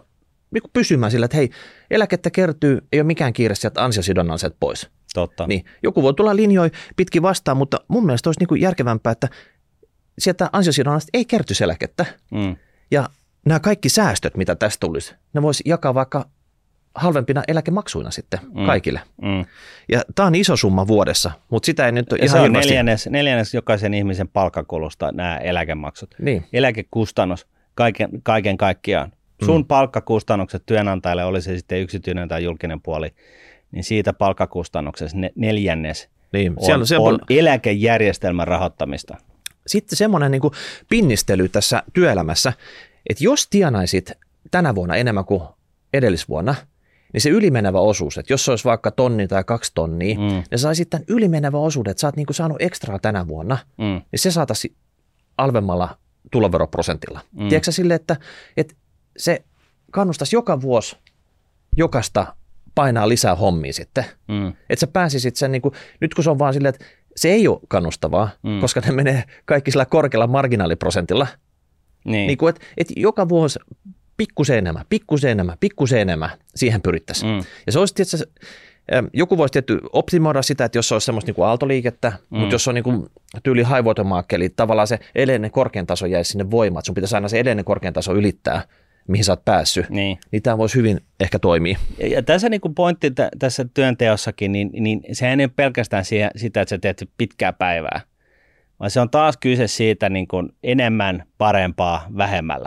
niin pysymään sillä, että hei, eläkettä kertyy, ei ole mikään kiire sieltä ansiosidonnaiset pois. Totta. Niin, joku voi tulla linjoja pitkin vastaan, mutta mun mielestä olisi niin kuin järkevämpää, että sieltä ansiosidonnaiset ei kertyisi eläkettä. Mm. Ja nämä kaikki säästöt, mitä tästä tulisi, ne voisi jakaa vaikka halvempina eläkemaksuina sitten mm. kaikille. Mm. Ja tämä on iso summa vuodessa, mutta sitä ei nyt ole ja ihan se on hirveästi. neljännes, neljännes jokaisen ihmisen palkkakulusta nämä eläkemaksut. Niin. Eläkekustannus kaiken, kaiken kaikkiaan. Sun mm. palkkakustannukset työnantajalle, oli se sitten yksityinen tai julkinen puoli, niin siitä palkkakustannuksesta neljännes niin. on, siellä, siellä on pal- eläkejärjestelmän rahoittamista. Sitten semmoinen niin kuin pinnistely tässä työelämässä, että jos tienaisit tänä vuonna enemmän kuin edellisvuonna, niin se ylimenevä osuus, että jos se olisi vaikka tonni tai kaksi tonnia, mm. niin saisit tämän ylimenevä osuuden, että sä oot niin kuin saanut ekstraa tänä vuonna, mm. niin se saataisiin alvemmalla tuloveroprosentilla. Mm. Tiedätkö sille, että, että se kannustaisi joka vuosi jokaista painaa lisää hommia sitten. Mm. Että sä pääsisit sen, niin kuin, nyt kun se on vaan silleen, että se ei ole kannustavaa, mm. koska ne menee kaikki sillä korkealla marginaaliprosentilla. Niin. Niin kuin, että, että joka vuosi pikkusen enemmän, pikkusen enemmän, pikkusen enemmän siihen pyrittäisiin. Mm. Ja se olisi tietysti, joku voisi tietty optimoida sitä, että jos se olisi semmoista niin kuin aaltoliikettä, mm. mutta jos se on niin kuin tyyli high water mark, eli tavallaan se edellinen korkean taso jäisi sinne voimaan, että sun pitäisi aina se edellinen korkean taso ylittää, mihin sä oot päässyt, niin, niin tämä voisi hyvin ehkä toimia. Ja, ja tässä niin kuin pointti t- tässä työnteossakin, niin, niin sehän ei ole pelkästään siihen, sitä, että sä teet pitkää päivää, vaan se on taas kyse siitä niin kuin enemmän, parempaa, vähemmällä.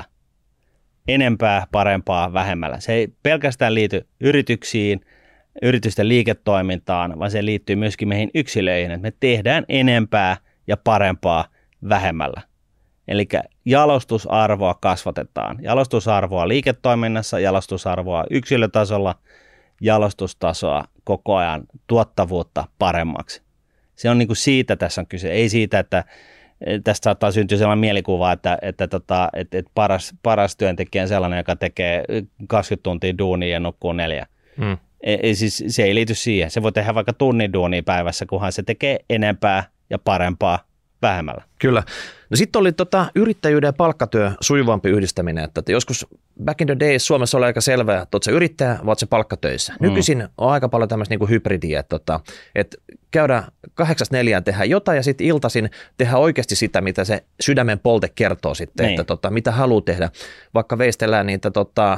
Enempää, parempaa, vähemmällä. Se ei pelkästään liity yrityksiin, yritysten liiketoimintaan, vaan se liittyy myöskin meihin yksilöihin, että me tehdään enempää ja parempaa vähemmällä. Eli jalostusarvoa kasvatetaan. Jalostusarvoa liiketoiminnassa, jalostusarvoa yksilötasolla, jalostustasoa koko ajan, tuottavuutta paremmaksi. Se on niin kuin siitä tässä on kyse, ei siitä, että tästä saattaa syntyä sellainen mielikuva, että, että, tota, että, että paras, paras työntekijä on sellainen, joka tekee kaksikymmentä tuntia duunia ja nukkuu neljä. Mm. Ei, siis se ei liity siihen. Se voi tehdä vaikka tunnin duunia päivässä, kunhan se tekee enempää ja parempaa vähemmällä. Kyllä. No sitten oli tota, yrittäjyyden ja palkkatyö sujuvampi yhdistäminen. Että, että joskus back in the days Suomessa oli aika selvää, että oot sä yrittäjä, vai oot sä palkkatöissä. Mm. Nykyisin on aika paljon tämmöistä niinku hybridiä, että, että, että käydään kahdeksasta neljään tehdä jotain ja sitten iltaisin tehdä oikeasti sitä, mitä se sydämen polte kertoo sitten, niin. että tota, mitä haluaa tehdä. Vaikka veistellään niitä tota,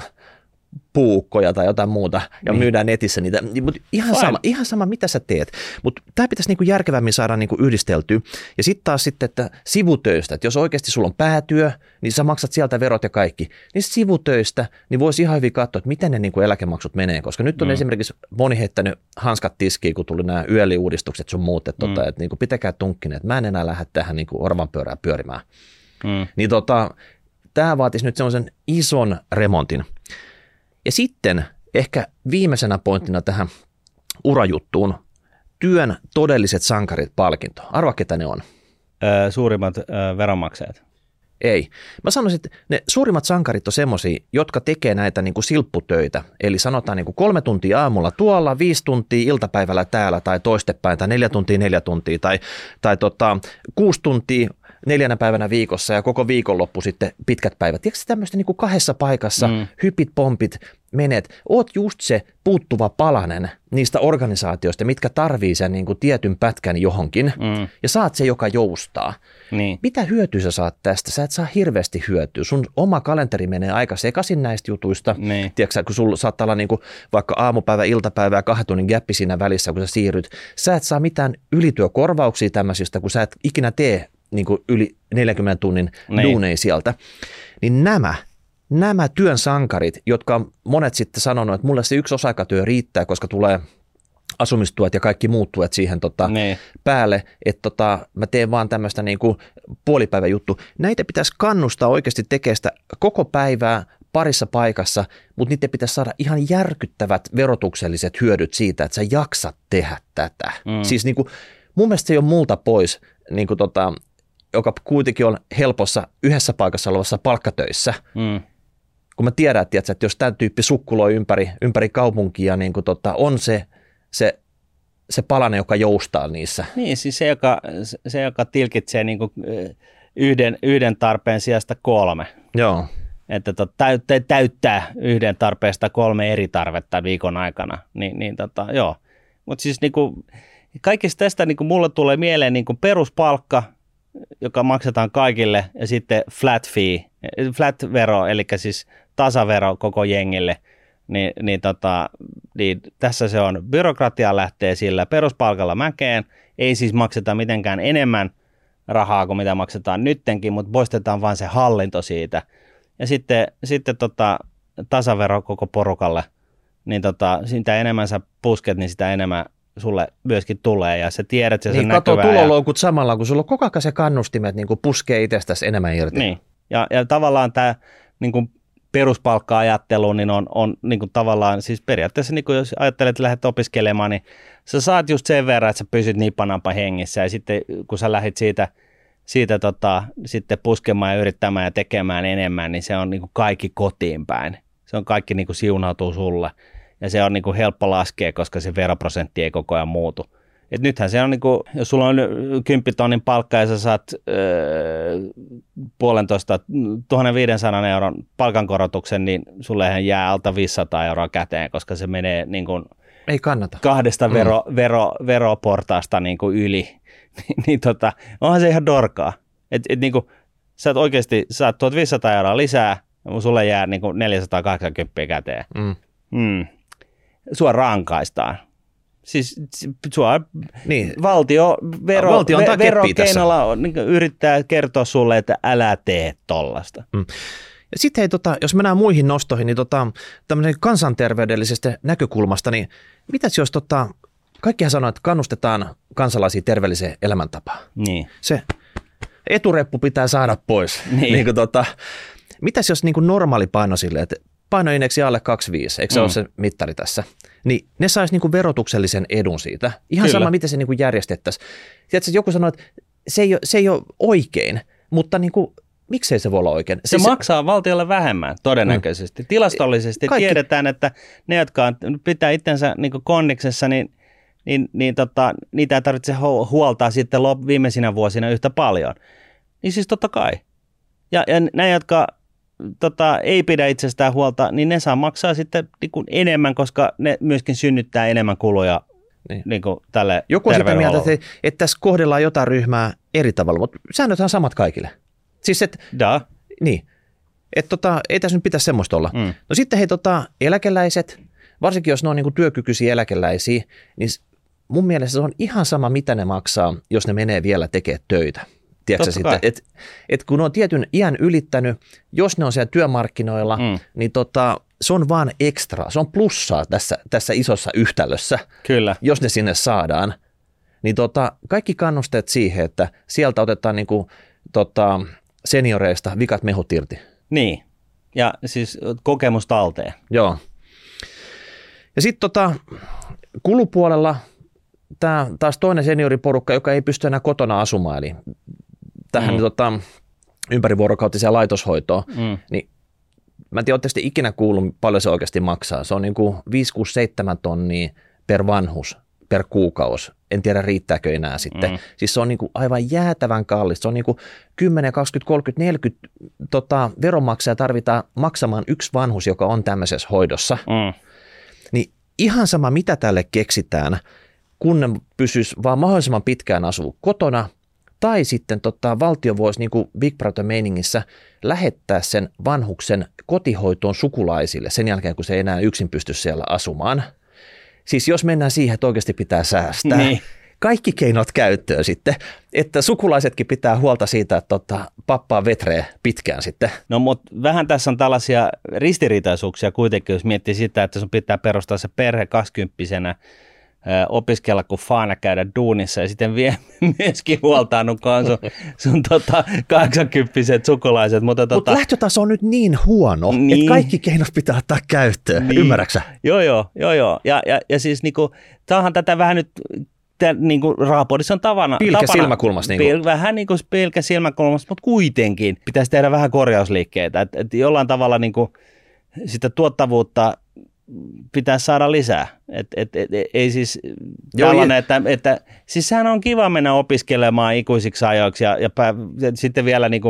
puukkoja tai jotain muuta ja niin. myydään netissä niitä, mutta ihan sama, ihan sama mitä sä teet, mutta tämä pitäisi niinku järkevämmin saada niinku yhdisteltyä ja sitten taas sitten, että sivutöistä, että jos oikeasti sulla on päätyö, niin sä maksat sieltä verot ja kaikki, niin sivutöistä, niin voisi ihan hyvin katsoa, että miten ne niinku eläkemaksut menee, koska nyt on mm. esimerkiksi moni heittänyt hanskat tiskiin, kun tuli nämä Y L I-uudistukset sun muut, että, mm. tota, että niinku pitäkää tunkkinen, että mä en enää lähde tähän niinku orvanpyörää pyörimään. Mm. Niin tota, tämä vaatisi nyt semmoisen ison remontin. Ja sitten ehkä viimeisenä pointtina tähän urajuttuun, työn todelliset sankarit palkinto. Arvaa, ketä ne on? Öö, suurimmat öö, veronmaksajat. Ei. Mä sanoisin, että ne suurimmat sankarit on semmoisia, jotka tekee näitä niin kuin silpputöitä. Eli sanotaan niin kuin kolme tuntia aamulla tuolla, viisi tuntia iltapäivällä täällä tai toistepäin, tai neljä tuntia neljä tuntia, tai, tai tota, kuusi tuntia neljänä päivänä viikossa ja koko viikonloppu sitten pitkät päivät. Tiedätkö tämmöistä niin kuin kahdessa paikassa, mm. hypit, pompit, menet. Oot just se puuttuva palanen niistä organisaatioista, mitkä tarvii sen niin kuin tietyn pätkän johonkin, mm. ja saat se, joka joustaa. Niin. Mitä hyötyä sä saat tästä? Sä et saa hirveästi hyötyä. Sun oma kalenteri menee aika sekaisin näistä jutuista. Niin. Tiedätkö, kun sulla saattaa olla niin kuin vaikka aamupäivä, iltapäivä ja kahden tunnin gäppi siinä välissä, kun sä siirryt. Sä et saa mitään ylityökorvauksia tämmöisistä, kun sä et ikinä tee niin kuin yli neljänkymmenen tunnin niin. duuneja sieltä. Niin nämä, nämä työn sankarit, jotka on monet sitten sanonut, että mulle se yksi osa-aikatyö riittää, koska tulee asumistuet ja kaikki muut tuet siihen tota, niin. päälle, että tota, mä teen vaan tämmöistä niin kuin puolipäivän juttu. Näitä pitäisi kannustaa oikeasti tekemään sitä koko päivää parissa paikassa, mutta niiden pitäisi saada ihan järkyttävät verotukselliset hyödyt siitä, että sä jaksat tehdä tätä. Mm. Siis niin kuin, mun mielestä se ei ole multa pois, niin kuin tota, joka kuitenkin on helpossa yhdessä paikassa olevassa palkkatöissä. Mm. Kun mä tiedän, että, että jos tämän tyyppi sukkuloi ympäri, ympäri kaupunkia, niin kuin tota, on se, se, se palanen, joka joustaa niissä. Niin, siis se, joka, se, joka tilkitsee niin kuin yhden, yhden tarpeen sijasta kolme. Joo. että tot, täyttää yhden tarpeesta kolme eri tarvetta viikon aikana, niin, niin tota, joo. Mutta siis niinku, kaikista tästä niinku, mulle tulee mieleen niinku, peruspalkka, joka maksetaan kaikille, ja sitten flat fee, flat vero, eli siis tasavero koko jengille, niin, niin, tota, niin tässä se on, byrokratia lähtee sillä peruspalkalla mäkeen, ei siis makseta mitenkään enemmän rahaa kuin mitä maksetaan nyttenkin, mutta poistetaan vaan se hallinto siitä. Ja sitten, sitten tota, tasavero koko porukalle, niin tota, sitä enemmän sä pusket, niin sitä enemmän sulle myöskin tulee, ja sä tiedät se niin, näkyvää. Niin, kato tuloloukut ja samalla, kun sulla on koko ajan se kannustimet niin kuin puskee itsestäsi enemmän irti. Niin, ja, ja tavallaan tämä niin kuin peruspalkka-ajattelu niin on, on niin kuin tavallaan, siis periaatteessa niin kuin jos ajattelet, että lähdet opiskelemaan, niin sä saat just sen verran, että sä pysyt nipanampa hengissä, ja sitten kun sä lähdit siitä, siitä tota, sitten puskemaan ja yrittämään ja tekemään enemmän, niin se on niin kuin kaikki kotiin päin. Se on kaikki niin kuin siunautuu sulle, ja se on niin kuin helppo laskea, koska se veroprosentti ei koko ajan muutu. Et nythän se on, niin kuin, jos sulla on kymppitonnin palkka ja sä saat öö, puolentoista, tuhatviisisataa euron palkankorotuksen, niin sullehan jää alta viisisataa euroa käteen, koska se menee niin kuin ei kannata. kahdesta vero, mm. vero, veroportaasta niin kuin yli. niin tota, onhan se ihan dorkaa. Et, et, niin kuin, sä oot oikeasti saat tuhatviisisataa euroa lisää, ja sulle jää niin kuin neljäsataakahdeksankymmentä käteen. Mm. Mm. Sua rankaistaan. Siis sua niin. valtio vero, valtio ve, verokeinolla niin yrittää kertoa sulle, että älä tee tollasta. Mm. Ja sitten hei, tota, jos mennään muihin nostoihin, niin tota, tämmöisen kansanterveydellisestä näkökulmasta, niin mitäs jos tota, kaikkihan sanoo, että kannustetaan kansalaisia terveelliseen elämäntapaan. Niin. Se etureppu pitää saada pois. Niin. niin kuin, tota, mitäs jos niin kuin normaali paino silleen, että painoindeksi alle kaksikymmentäviisi, eikö se mm. ole se mittari tässä? Niin ne saisi niinku verotuksellisen edun siitä. Ihan Kyllä. sama, miten se niinku järjestettäisiin. Tiedätkö, joku sanoo, että se ei ole, se ei ole oikein, mutta niinku, miksei se voi olla oikein? Se, se maksaa valtiolle vähemmän todennäköisesti. Mm. Tilastollisesti Kaikki. tiedetään, että ne, jotka pitää itsensä niinku konniksessa, niin, niin, niin tota, niitä ei tarvitse huoltaa sitten viimeisinä vuosina yhtä paljon. Niin siis totta kai. Ja, ja ne, jotka Tota, ei pidä itsestään huolta, niin ne saa maksaa sitten niin kuin enemmän, koska ne myöskin synnyttää enemmän kuluja niin. Niin kuin tälle Joku on sitä mieltä, että, että tässä kohdellaan jotain ryhmää eri tavalla, mutta säännöt on samat kaikille. Siis et, da. Niin, että tota, ei tässä nyt pitäisi semmoista olla. Mm. No sitten hei, tota, eläkeläiset, varsinkin jos ne on niin kuin työkykyisiä eläkeläisiä, niin mun mielestä se on ihan sama, mitä ne maksaa, jos ne menee vielä tekemään töitä. Että et, et kun on tietyn iän ylittänyt, jos ne on siellä työmarkkinoilla, mm. niin tota, se on vaan ekstra, se on plussaa tässä, tässä isossa yhtälössä, Kyllä. jos ne sinne saadaan. Niin tota, kaikki kannusteet siihen, että sieltä otetaan niinku, tota, senioreista vikat mehut irti. Niin, ja siis kokemus talteen. Joo. Ja sitten tota, kulupuolella tämä taas toinen senioriporukka, joka ei pysty enää kotona asumaan, eli tähän mm. tota, ympärivuorokautiseen laitoshoitoon, mm. niin mä en tiedä, oletteko te ikinä kuullut, paljon se oikeasti maksaa. Se on niin kuin viisi, kuusi, seitsemän tonnia per vanhus, per kuukausi. En tiedä, riittääkö enää sitten. Mm. Siis se on niin kuin aivan jäätävän kallista. Se on niin kuin kymmenen, kaksikymmentä, kolmekymmentä, neljäkymmentä tota, veronmaksaja tarvitaan maksamaan yksi vanhus, joka on tämmöisessä hoidossa. Mm. Niin ihan sama, mitä tälle keksitään, kun ne pysyisi vaan mahdollisimman pitkään asua kotona, tai sitten tota, valtio voisi niin kuin Big Brother-meiningissä lähettää sen vanhuksen kotihoitoon sukulaisille sen jälkeen, kun se ei enää yksin pysty siellä asumaan. Siis jos mennään siihen, että oikeasti pitää säästää, niin. Kaikki keinot käyttöön sitten, että sukulaisetkin pitää huolta siitä, että tota, pappaa vetree pitkään sitten. No mutta vähän tässä on tällaisia ristiriitaisuuksia kuitenkin, jos miettii sitä, että sun pitää perustaa se perhe kaksikymppisenä, opiskella kuin faana, käydä duunissa ja sitten vie myöskin huoltaannut sun, sun tota, kahdeksankymppiset sukulaiset. Mutta Mut tota, lähtötaso on nyt niin huono, niin, että kaikki keinot pitää ottaa käyttöön, niin, ymmärräksä? Joo, joo, joo, joo. Ja, ja, ja siis niinku, tämähän tätä vähän nyt, tää, niinku Rahapodissa on tavana. Pilkä tapana, silmäkulmassa. Niinku. Pil, vähän niin kuin pilkä silmäkulmassa, mutta kuitenkin pitäisi tehdä vähän korjausliikkeitä, että et jollain tavalla niinku sitä tuottavuutta pitää saada lisää. Et, et, et, ei siis tällainen, että, että siis sehän on kiva mennä opiskelemaan ikuisiksi ajoiksi ja, ja, pää, ja sitten vielä niin kuin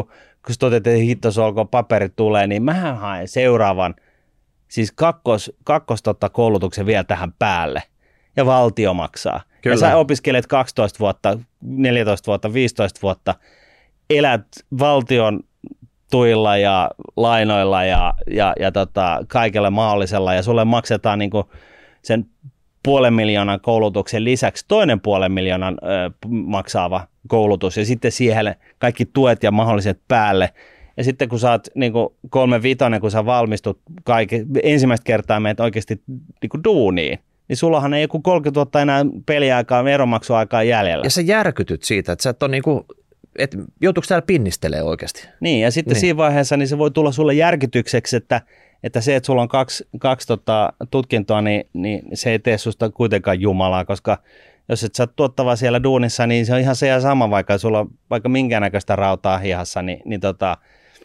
kun sä toteat, että hittos olkoon paperit tulee, niin mähän haen seuraavan, siis kakkos, kakkos tota, koulutuksen vielä tähän päälle. Ja valtio maksaa. Kyllä. Ja sä opiskelet kaksitoista vuotta, neljätoista vuotta, viisitoista vuotta, elät valtion tuilla ja lainoilla ja, ja, ja tota, kaikella mahdollisella, ja sulle maksetaan niinku sen puolen miljoonan koulutuksen lisäksi toinen puolen miljoonan ö, maksaava koulutus, ja sitten siihen kaikki tuet ja mahdolliset päälle. Ja sitten kun sä oot niinku kolme vitonen, kun sä valmistut kaikki, ensimmäistä kertaa menet oikeasti niinku duuniin, niin sullahan ei joku kolmekymmentä vuotta enää peliaikaa, veronmaksuaikaa jäljellä. Ja sä järkytyt siitä, että sä et ole niinku, että joutuuko täällä pinnistelee oikeasti. Niin, ja sitten niin. Siinä vaiheessa niin se voi tulla sulle järkytykseksi, että, että se, että sulla on kaksi, kaksi tota, tutkintoa, niin, niin se ei tee susta kuitenkaan jumalaa, koska jos et sä oot tuottava siellä duunissa, niin se on ihan se ja sama, vaikka sulla on vaikka minkäännäköistä rautaa hihassa, niin, niin tota,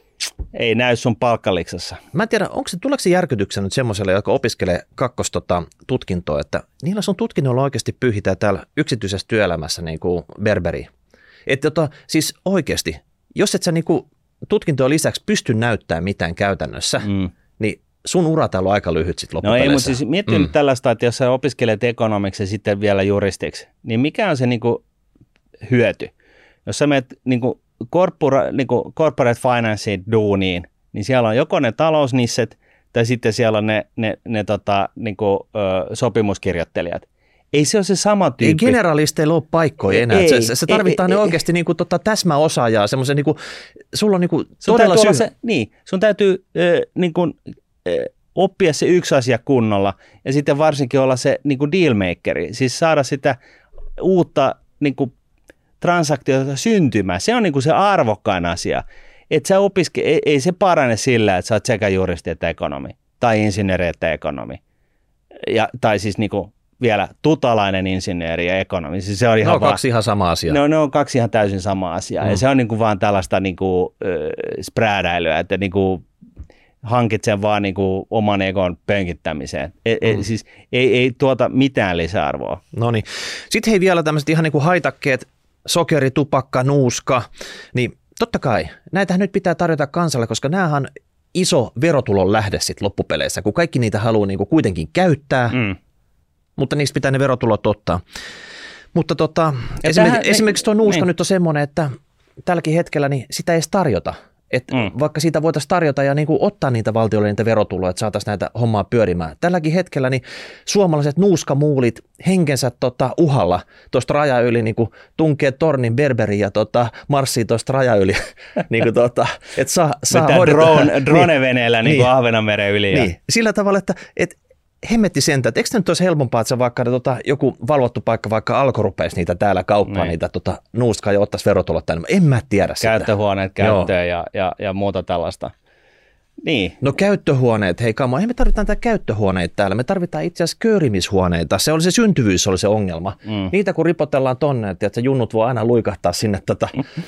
ei näy sun palkkaliksassa. Mä en tiedä, onko se, tuleeko se järkytyksen nyt semmoiselle, joka opiskelee kakkostutkintoa, että niillä sun tutkinnolla oikeasti pyyhitään täällä yksityisessä työelämässä niin kuin berberi. Että tota, siis oikeasti, jos et sä niin kuin tutkintoon lisäksi pysty näyttämään mitään käytännössä, mm. niin sun ura täällä on aika lyhyt sitten loppupeleissä. No ei, mutta siis miettii mm. nyt tällaista, että jos sä opiskelet ekonomiksi ja sitten vielä juristiksi, niin mikä on se niin kuin hyöty? Jos sä menet niin kuin Corpora, niin kuin corporate financeen duuniin, niin siellä on joko ne talousnisset tai sitten siellä on ne, ne, ne tota, niin kuin, ö, sopimuskirjoittelijat. Ei se ole se sama tyyppi. Ei generalisteilla ole paikkoja enää. Ei, se, se tarvitaan ei, ne ei, oikeasti niin kuin, tota, täsmäosaajaa, semmoisen, niin kuin, sulla on niin kuin, todella syy. Se, niin, sun täytyy ö, niin kuin, ö, oppia se yksi asia kunnolla ja sitten varsinkin olla se niin kuin dealmakeri, siis saada sitä uutta niin kuin, transaktioita syntymään. Se on niin kuin se arvokkain asia. Et sä opiske, ei, ei se parane sillä, että sä oot sekä juristi että ekonomi tai insinööri että ekonomi. Ja, tai siis niin kuin vielä tutalainen insinööri ja ekonomi. Siis se on ihan ne on vaan, kaksi ihan samaa asiaa. Ne on, ne on kaksi ihan täysin samaa asiaa. Mm. Ja se on niin kuin vaan tällaista niin kuin, äh, spräädäilyä, että niin kuin hankit sen vaan niin kuin oman egon pönkittämiseen. E, mm. e, siis ei, ei tuota mitään lisäarvoa. No niin. Sitten hei vielä tämmöiset ihan niin kuin haitakkeet, sokeri, tupakka, nuuska, niin totta kai näitähän nyt pitää tarjota kansalle, koska näähän on iso verotulon lähde sitten loppupeleissä, kun kaikki niitä haluaa niin kuin kuitenkin käyttää, mm. mutta niistä pitää ne verotulot ottaa. Mutta tota, esimerkiksi, tähän, esimerkiksi tuo nuuska niin. Nyt on semmoinen, että tälläkin hetkellä niin sitä ei edes tarjota. Että mm. vaikka siitä voitaisiin tarjota ja niin kuin ottaa niitä valtiolle niitä verotuloja, että saataisiin näitä hommaa pyörimään. Tälläkin hetkellä niin suomalaiset nuuskamuulit henkensä tota, uhalla tuosta raja yli niin kuin tunkee tornin berberiin ja tota, marssii tuosta raja yli. niin kuin, tota, että saa, saa drone, droneveneellä niin, niin kuin Ahvenanmeren yli. Niin. Sillä tavalla, että et, hemmetti sentä, että eikö nyt olisi helpompaa, että se vaikka tota, joku valvottu paikka vaikka alko rupeisi niitä täällä kauppaan, niin. niitä tota, nuuskaa ja ottaisi verotulot tänne. En mä tiedä sitä. Käyttöhuoneet käyttöön ja, ja, ja muuta tällaista. Niin. No käyttöhuoneet, hei kamo, eihän me tarvitaan tätä käyttöhuoneita täällä, me tarvitaan itse asiassa köyrimishuoneita. Se oli se syntyvyys, oli se ongelma. Mm. Niitä kun ripotellaan tonne, että junnut voi aina luikahtaa sinne, tota,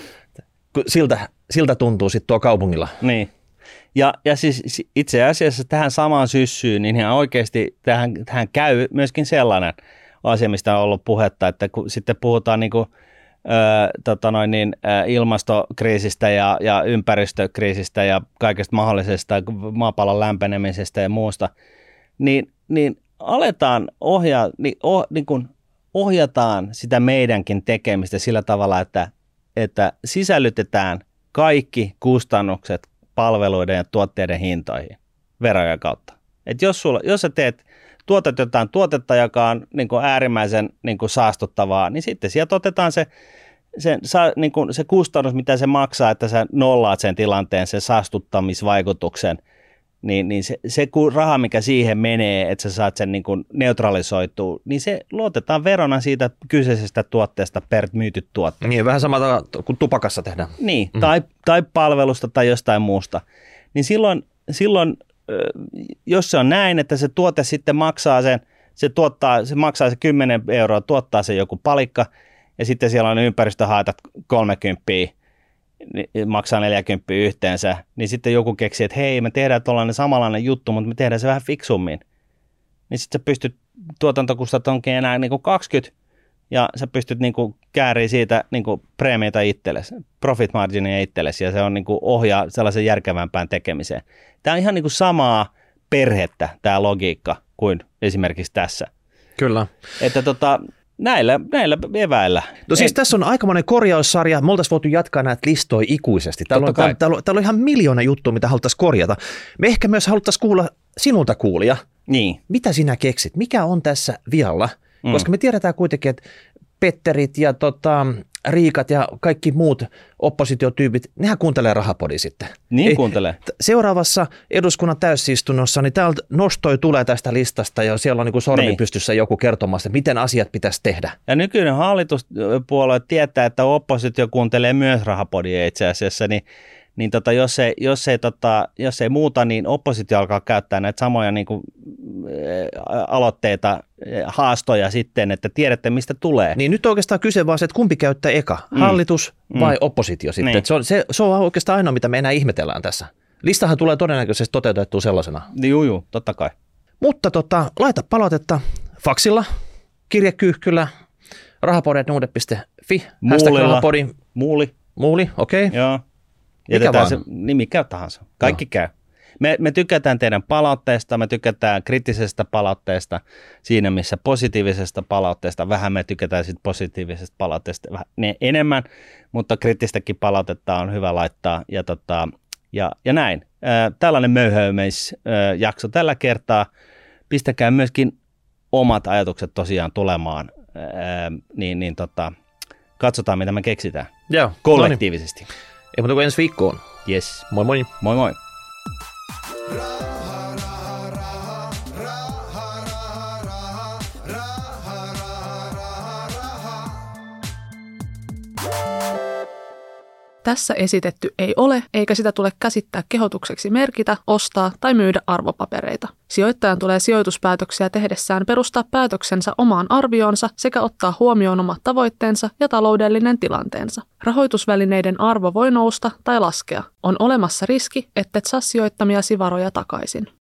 siltä, siltä tuntuu sitten tuo kaupungilla. Niin. Ja, ja siis itse asiassa tähän samaan syssyyn, niin ihan oikeasti tähän, tähän käy myöskin sellainen asia, mistä on ollut puhetta, että kun sitten puhutaan niin kuin, ö, tota noin niin, ö, ilmastokriisistä ja, ja ympäristökriisistä ja kaikesta mahdollisesta maapallon lämpenemisestä ja muusta, niin, niin aletaan ohjaa, niin, oh, niin kuin ohjataan sitä meidänkin tekemistä sillä tavalla, että, että sisällytetään kaikki kustannukset palveluiden ja tuotteiden hintoihin verojen kautta. Et jos, sulla, jos sä teet, tuotat jotain tuotetta, joka on niin kuin äärimmäisen niin kuin saastuttavaa, niin sitten sieltä otetaan se, se, niin kuin se kustannus, mitä se maksaa, että sä nollaat sen tilanteen, sen saastuttamisvaikutuksen, niin, niin se, se raha, mikä siihen menee, että sä saat sen niin kuin neutralisoitua, niin se luotetaan verona siitä kyseisestä tuotteesta per myyty tuotte. Niin, vähän samalla kuin tupakassa tehdään. Niin, mm. tai, tai palvelusta tai jostain muusta. Niin silloin, silloin, jos se on näin, että se tuote sitten maksaa sen, se, tuottaa, se maksaa se kymmenen euroa, tuottaa se joku palikka, ja sitten siellä on ympäristöhaitat kolmekymppiä, niin maksaa neljäkymppiä yhteensä, niin sitten joku keksii, että hei, me tehdään tuollainen samanlainen juttu, mutta me tehdään se vähän fiksummin. Niin sitten sä pystyt tuotantokustannukset onkin enää niin kuin kaksikymmentä, ja sä pystyt niin kuin kääriä siitä niin kuin preemioita itsellesi, profit marginia itsellesi, ja se on niin kuin ohjaa sellaisen järkevämpään tekemiseen. Tämä on ihan niin kuin samaa perhettä, tämä logiikka, kuin esimerkiksi tässä. Kyllä. Että tota, näillä, näillä eväillä. No siis en... tässä on aikamoinen korjaussarja. Me oltaisiin voitu jatkaa näitä listoja ikuisesti. Täällä on, täällä, täällä, on, täällä on ihan miljoona juttua, mitä haluttaisiin korjata. Me ehkä myös haluttaisiin kuulla sinulta, kuulija. Niin. Mitä sinä keksit? Mikä on tässä vialla? Mm. Koska me tiedetään kuitenkin, että Petterit ja tota, Riikat ja kaikki muut oppositiotyypit, nehän kuuntelee Rahapodi sitten. Niin Ei, kuuntelee. Seuraavassa eduskunnan täysistunnossa, niin täältä nostoi tulee tästä listasta ja siellä on niin kuin sormi niin. pystyssä joku kertomassa, miten asiat pitäisi tehdä. Ja nykyinen hallituspuolue tietää, että oppositio kuuntelee myös Rahapodia itse asiassa, niin niin tota, jos, ei, jos, ei, tota, jos ei muuta, niin oppositio alkaa käyttää näitä samoja niin kuin, ä, aloitteita, haastoja sitten, että tiedätte, mistä tulee. Niin nyt oikeastaan kyse vaan se, että kumpi käyttää eka, mm. hallitus vai mm. oppositio sitten. Niin. Se, on, se, se on oikeastaan ainoa, mitä me enää ihmetellään tässä. Listahan tulee todennäköisesti toteutettua sellaisena. Joo, joo, totta kai. Mutta tota, laita palautetta faksilla, kirjekyyhkyllä, rahapodi nuude piste fi, hashtag rahapodi. Muuli. Muuli, okei. Okay. Joo. Jätetään se nimi käy tahansa. Kaikki no. käy. Me, me tykätään teidän palautteesta, me tykätään kriittisestä palautteesta siinä, missä positiivisesta palautteesta. Vähän me tykätään sit positiivisesta palautteesta vähän enemmän, mutta kriittistäkin palautetta on hyvä laittaa. Ja, tota, ja, ja näin. Ää, tällainen möyhöimeisjakso tällä kertaa. Pistäkää myöskin omat ajatukset tosiaan tulemaan, ää, niin, niin tota, katsotaan, mitä me keksitään. Joo, kollektiivisesti. No niin. Ei muuta kuin ensi viikkoon. Yes. Moi moi. Moi moi. Tässä esitetty ei ole, eikä sitä tule käsittää kehotukseksi merkitä, ostaa tai myydä arvopapereita. Sijoittajan tulee sijoituspäätöksiä tehdessään perustaa päätöksensä omaan arvioonsa sekä ottaa huomioon omat tavoitteensa ja taloudellinen tilanteensa. Rahoitusvälineiden arvo voi nousta tai laskea. On olemassa riski, ettet saa sijoittamiasi varoja takaisin.